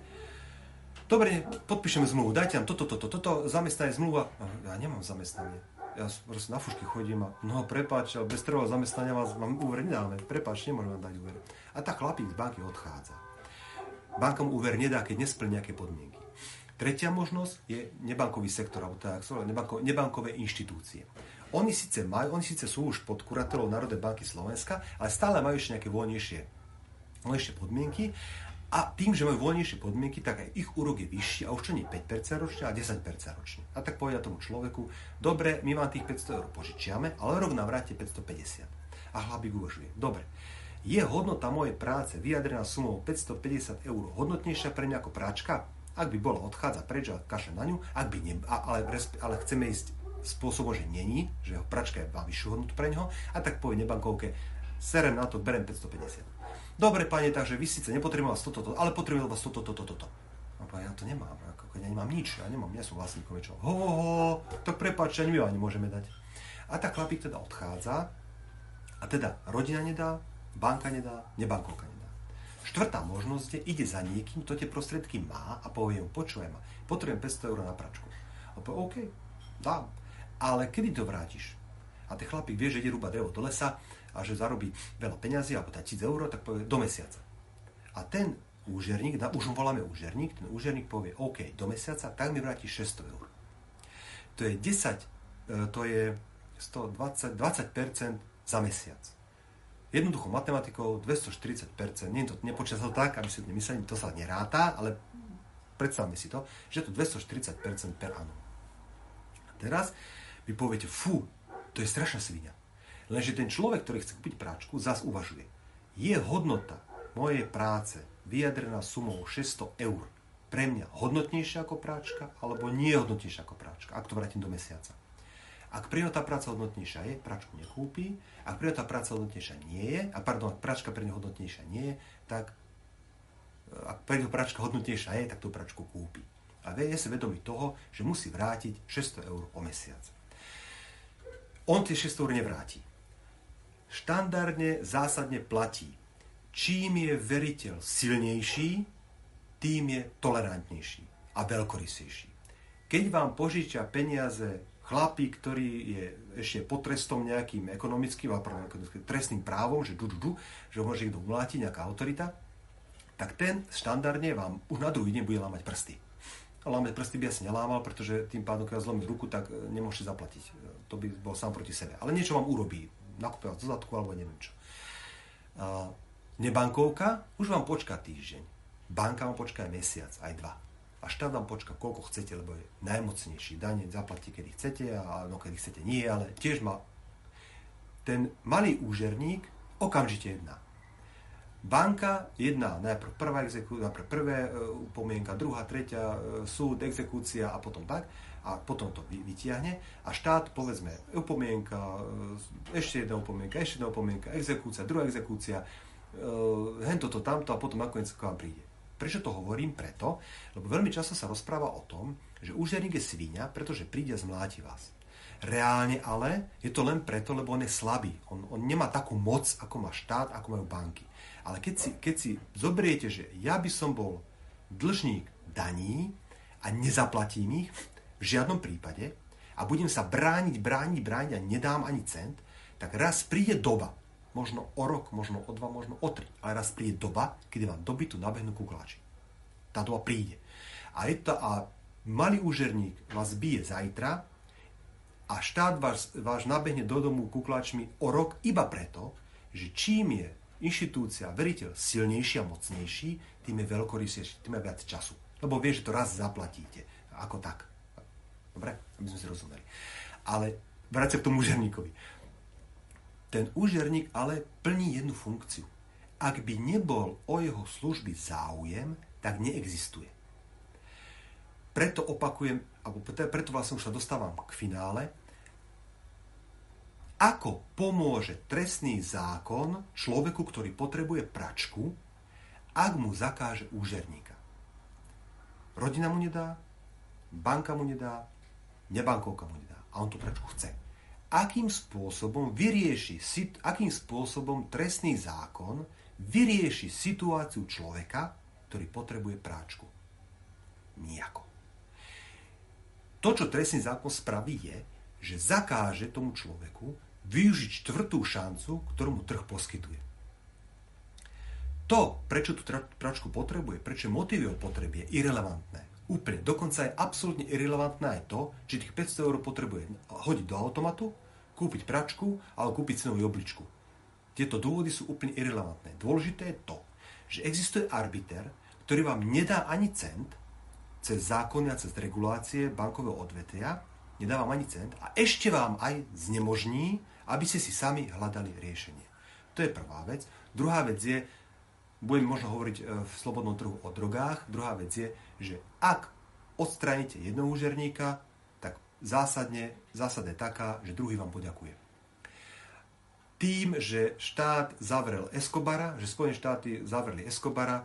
Dobre, podpíšeme zmluvu, dajte nám toto, zamestnanie zmluva. Ja nemám zamestnanie. Ja proste na fušky chodím a prepáč, ale bez trvalého zamestnania vám úver nedáme. Prepáč, nemôžem vám dať úver. A tak chlapík z banky odchádza. Banka mu úver nedá, keď nesplní nejaké podmienky. Tretia možnosť je nebankový sektor, alebo tak, nebankové inštitúcie. Oni síce sú už pod kurátorou Národnej banky Slovenska, ale stále majú ešte nejaké voľnejšie podmienky a tým, že majú voľnejšie podmienky, tak aj ich úrok je vyšší a už čo nie 5% ročne, ale 10% ročne. A tak povedia tomu človeku, dobre, my vám tých 500 eur požičiame, ale rok nám vráte 550. A chlapík uvažuje, dobre, je hodnota mojej práce vyjadrená sumou 550 eur hodnotnejšia pre mňa ako práčka? Ak by bola, odchádza preč a kašle na ňu, ale chceme ísť spôsobom, že není, že pračka má vyššiu hodnotu pre ňoho, a tak povie nebankovke, serem na to, berem 550. Dobre, pane, takže vy síce nepotrebujem vás toto, ale potrebujem vás toto. A ja to nemám, ja nemám nič, nie som vlastníkom niečo. Tak prepáč, ani my vám nemôžeme dať. A tak chlapík teda odchádza, a teda rodina nedá, banka nedá, nebankovka nedá. Štvrtá možnosť je, ide za niekým, kto tie prostriedky má a povie mu, počúvaj ma, potrebujem 500 eur na pračku. A povie, OK, dám. Ale kedy to vrátiš? A ten chlapík vie, že ide rúbať drevo do lesa a že zarobí veľa peňazí, alebo 1000 eur, tak povie do mesiaca. A ten úžerník, už ho voláme úžerník, ten úžerník povie, OK, do mesiaca, tak mi vrátiš 600 eur. To je 20% za mesiac. Jednoducho matematikou 240%, nepočíta sa to tak, aby si to nemysleli, to sa neráta, ale predstavme si to, že je to 240% per annum. A teraz vy poviete, to je strašná svinia. Lenže ten človek, ktorý chce kúpiť práčku, zás uvažuje. Je hodnota mojej práce vyjadrená sumou 600 eur pre mňa hodnotnejšia ako práčka, alebo nie hodnotnejšia ako práčka, ak to vrátim do mesiaca. Ak pre ňa tá práca hodnotnejšia je, práčku nekúpi. Ak pre ňa tá práca hodnotnejšia nie je, ak práčka pre ňa hodnotnejšia nie je, tak ak pre ňa práčka hodnotnejšia je, tak tú práčku kúpi. A je si vedomý toho, že musí vrátiť 600 eur o mesiac. On tie 600 eur nevráti. Štandardne, zásadne platí. Čím je veriteľ silnejší, tým je tolerantnejší a veľkorysejší. Keď vám požičia peniaze chlapík, ktorý je ešte pod trestom nejakým ekonomickým, trestným právom, že že ho môže niekto umlátiť, nejaká autorita, tak ten štandardne vám už na druhý deň bude lámať prsty. A lámať prsty by asi nelámal, pretože tým pádom, keď zlomí ruku, tak nemôžete zaplatiť. To by bol sám proti sebe. Ale niečo vám urobí. Nakúpia vás do zadku, alebo neviem čo. Nebankovka už vám počká týždeň. Banka vám počká aj mesiac, aj 2. A štát vám počká, koľko chcete, lebo je najmocnejší. Dane zaplatíte, kedy chcete, a kedy chcete nie, ale tiež má ten malý úžerník okamžite jedná. Banka jedná najprv prvé upomienka, druhá, tretia, súd, exekúcia a potom tak. A potom to vytiahne. A štát, povedzme, upomienka, ešte jedna upomienka, exekúcia, druhá exekúcia, hentoto, tamto a potom nakoniec k vám príde. Prečo to hovorím? Preto, lebo veľmi často sa rozpráva o tom, že úžerník je sviňa, pretože príde a zmláti vás. Reálne ale je to len preto, lebo on je slabý. On nemá takú moc, ako má štát, ako majú banky. Ale keď si zoberiete, že ja by som bol dlžník daní a nezaplatím ich, v žiadnom prípade a budem sa brániť a nedám ani cent, tak raz príde doba, možno o rok, možno o 2, možno o 3, ale raz príde doba, kedy vám do bytu nabehnú kukláči. Tá doba príde. A malý úžerník vás bije zajtra a štát vás nabehne do domu kukláčmi o rok iba preto, že čím je inštitúcia, veriteľ silnejší a mocnejší, tým je veľkorysejší, tým je viac času. Lebo vie, že to raz zaplatíte. Ako tak. Dobre? Aby sme si rozumeli. Ale vráť sa k tomu úžerníkovi. Ten úžerník ale plní jednu funkciu. Ak by nebol o jeho služby záujem, tak neexistuje. Preto opakujem, alebo preto vlastne už sa dostávam k finále, ako pomôže trestný zákon človeku, ktorý potrebuje pračku, ak mu zakáže úžerníka. Rodina mu nedá, banka mu nedá, nebankovka mu nedá. A on tú pračku chce. Akým spôsobom trestný zákon vyrieši situáciu človeka, ktorý potrebuje práčku? Nijako. To, čo trestný zákon spraví, je, že zakáže tomu človeku využiť štvrtú šancu, ktorú mu trh poskytuje. To, prečo tú práčku potrebuje, prečo motivuje potreby, je irelevantné. Úplne. Dokonca je absolútne irelevantné aj to, či tých 500 eur potrebuje hodiť do automatu, kúpiť pračku alebo kúpiť cenovú obličku. Tieto dôvody sú úplne irelevantné. Dôležité je to, že existuje arbiter, ktorý vám nedá ani cent cez zákony a cez regulácie bankového odvetvia, nedá vám ani cent a ešte vám aj znemožní, aby ste si sami hľadali riešenie. To je prvá vec. Druhá vec je, budem možno hovoriť v slobodnom trhu o drogách, druhá vec je, že ak odstránite jedného úžerníka, tak zásada je taká, že druhý vám poďakuje. Tým, že štát zavrel Escobara, že Spojené štáty zavreli Escobara,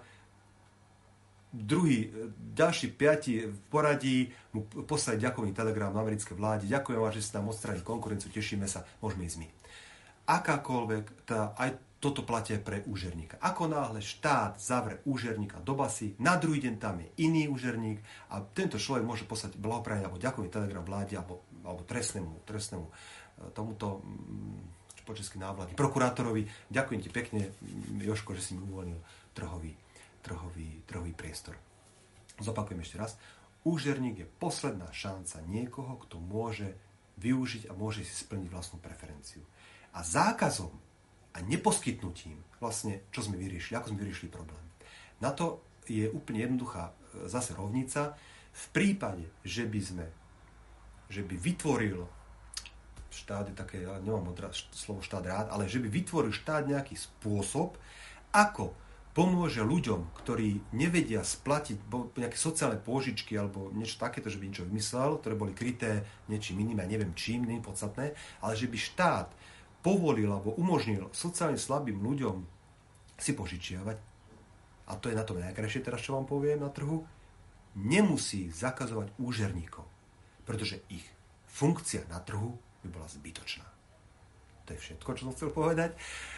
ďalší 5 v poradí mu poslali ďakovný telegram na americkej vláde. Ďakujem vám, že ste nám odstránili konkurenciu, tešíme sa, môžeme ísť my. Akákoľvek, aj toto platia pre úžerníka. Ako náhle štát zavre úžerníka do basy, na druhý deň tam je iný úžerník a tento človek môže poslať blahoprajný alebo ďakovný telegram vláde alebo trestnému tomuto po česky návládne, prokurátorovi. Ďakujem ti pekne, Jožko, že si mi uvoľnil trhový priestor. Zopakujem ešte raz. Úžerník je posledná šanca niekoho, kto môže využiť a môže si splniť vlastnú preferenciu. A zákazom a neposkytnutím vlastne, čo sme vyriešili, ako sme vyriešili problém. Na to je úplne jednoduchá zase rovnica. V prípade, že by vytvoril štát, je také, ja nemám slovo štát rád, ale že by vytvoril štát nejaký spôsob, ako pomôže ľuďom, ktorí nevedia splatiť nejaké sociálne pôžičky alebo niečo takéto, že by niečo vymyslel, ktoré boli kryté niečím iným, ja neviem čím, nie je podstatné, ale že by štát povolil alebo umožnil sociálne slabým ľuďom si požičiavať, a to je na tom najkrajšie teraz, čo vám poviem na trhu, nemusí zakazovať úžerníkov, pretože ich funkcia na trhu by bola zbytočná. To je všetko, čo som chcel povedať.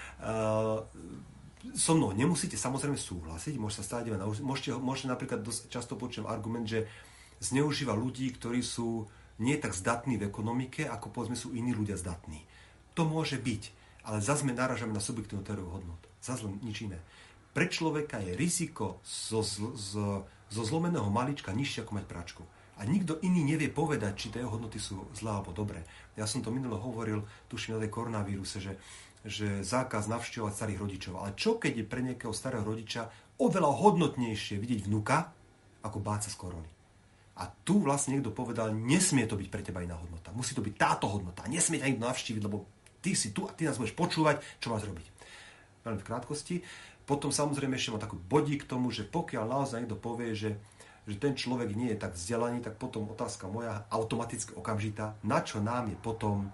So mnou nemusíte samozrejme súhlasiť, môžete napríklad dosť často počujem argument, že zneužíva ľudí, ktorí sú nie tak zdatní v ekonomike, ako povedzme sú iní ľudia zdatní. To môže byť, ale zase narážame na subjektívnu teóriu hodnot. Zase len nič iné. Pre človeka je riziko zo zlomeného malička nižšie ako mať pračku. A nikto iný nevie povedať, či tie hodnoty sú zlé alebo dobré. Ja som to minulo hovoril, tuším na tej koronavíruse, že zákaz navštevovať starých rodičov. Ale čo keď je pre nejakého starého rodiča oveľa hodnotnejšie vidieť vnuka, ako báť sa z korony? A tu vlastne niekto povedal, nesmie to byť pre teba iná hodnota. Musí to byť táto hodnota. Nesmie ťa nikto navštíviť, lebo ty si tu a ty nás budeš počúvať, čo máš robiť. Veľmi v krátkosti. Potom samozrejme ešte mám takú bodík k tomu, že pokiaľ naozaj niekto povie, že ten človek nie je tak vzdelaný, tak potom otázka moja automaticky okamžitá, na čo nám je potom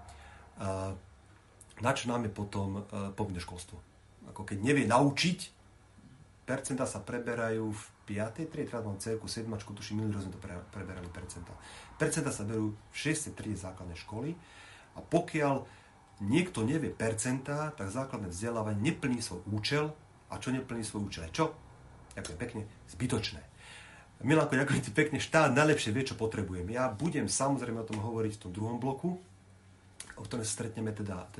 povinné školstvo. Ako keď nevie naučiť, percentá sa preberajú v 5. triede, teraz mám cerku 7, tuším, minulý rok sme to preberali percentá. Percentá sa berú v 6. triede základnej školy a pokiaľ niekto nevie percentá, tak základné vzdelávanie neplní svoj účel. A čo neplní svoj účel? Čo? Ďakujem pekne. Zbytočné. Milanko, ďakujem ti pekne. Štát najlepšie vie, čo potrebujem. Ja budem samozrejme o tom hovoriť v tom druhom bloku, o ktorom sa stretneme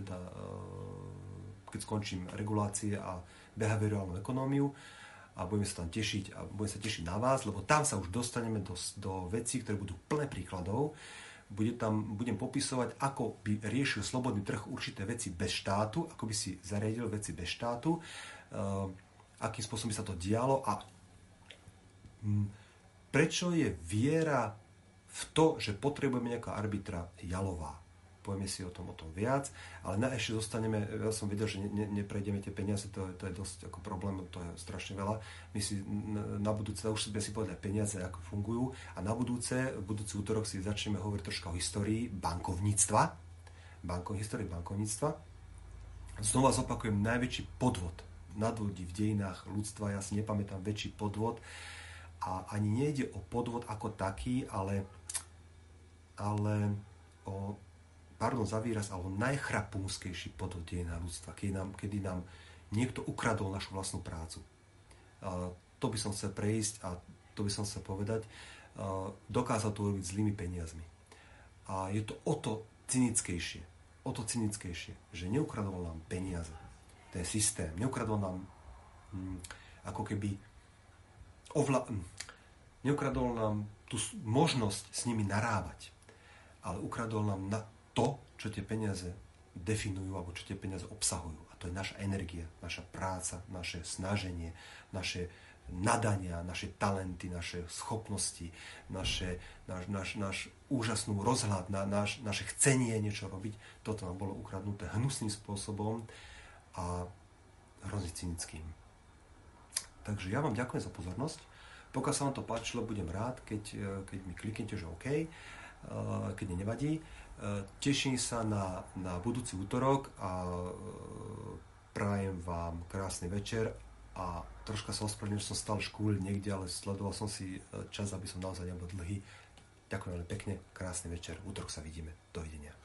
keď skončím regulácie a behaviorálnu ekonómiu a budeme sa tam tešiť a budem sa tešiť na vás, lebo tam sa už dostaneme do vecí, ktoré budú plné príkladov. Budem popisovať, ako by riešil slobodný trh určité veci bez štátu, ako by si zariadil veci bez štátu, akým spôsobom by sa to dialo a prečo je viera v to, že potrebujeme nejaká arbitra jalová. Povieme si o tom viac, ale ešte zostaneme, ja som vedel, že neprejdeme tie peniaze, to je dosť ako problém, to je strašne veľa. My si na budúce, už sme si povedali peniaze, ako fungujú a na budúci útorok si začneme hovoriť troška o histórii bankovníctva. Histórii bankovníctva. Znova zopakujem, najväčší podvod nad ľudí v dejinách ľudstva, ja si nepamätám väčší podvod, a ani nejde o podvod ako taký, ale o, pardon za výraz, ale najchrapúnskejší podvod dejina ľudstva, kedy nám niekto ukradol našu vlastnú prácu. To by som chcel prejsť a to by som chcel povedať. Dokázal to urobiť zlými peniazmi. A je to o to cynickejšie, že neukradol nám peniaze. Ten systém, neukradol nám ako keby neukradol nám tú možnosť s nimi narábať, ale ukradol nám na to, čo tie peniaze definujú alebo čo tie peniaze obsahujú. A to je naša energia, naša práca, naše snaženie, naše nadania, naše talenty, naše schopnosti, náš úžasnú rozhľad, naše chcenie niečo robiť. Toto nám bolo ukradnuté hnusným spôsobom a hrozne cynickým. Takže ja vám ďakujem za pozornosť. Pokiaľ sa vám to páčilo, budem rád, keď mi kliknete, že OK, keď nevadí. Teším sa na budúci útorok a prajem vám krásny večer a troška sa ospravedlňujem, že som stal škúl niekde, ale sledoval som si čas, aby som naozaj nebol dlhý. Ďakujem veľmi pekne, krásny večer, útorok sa vidíme. Dovidenia.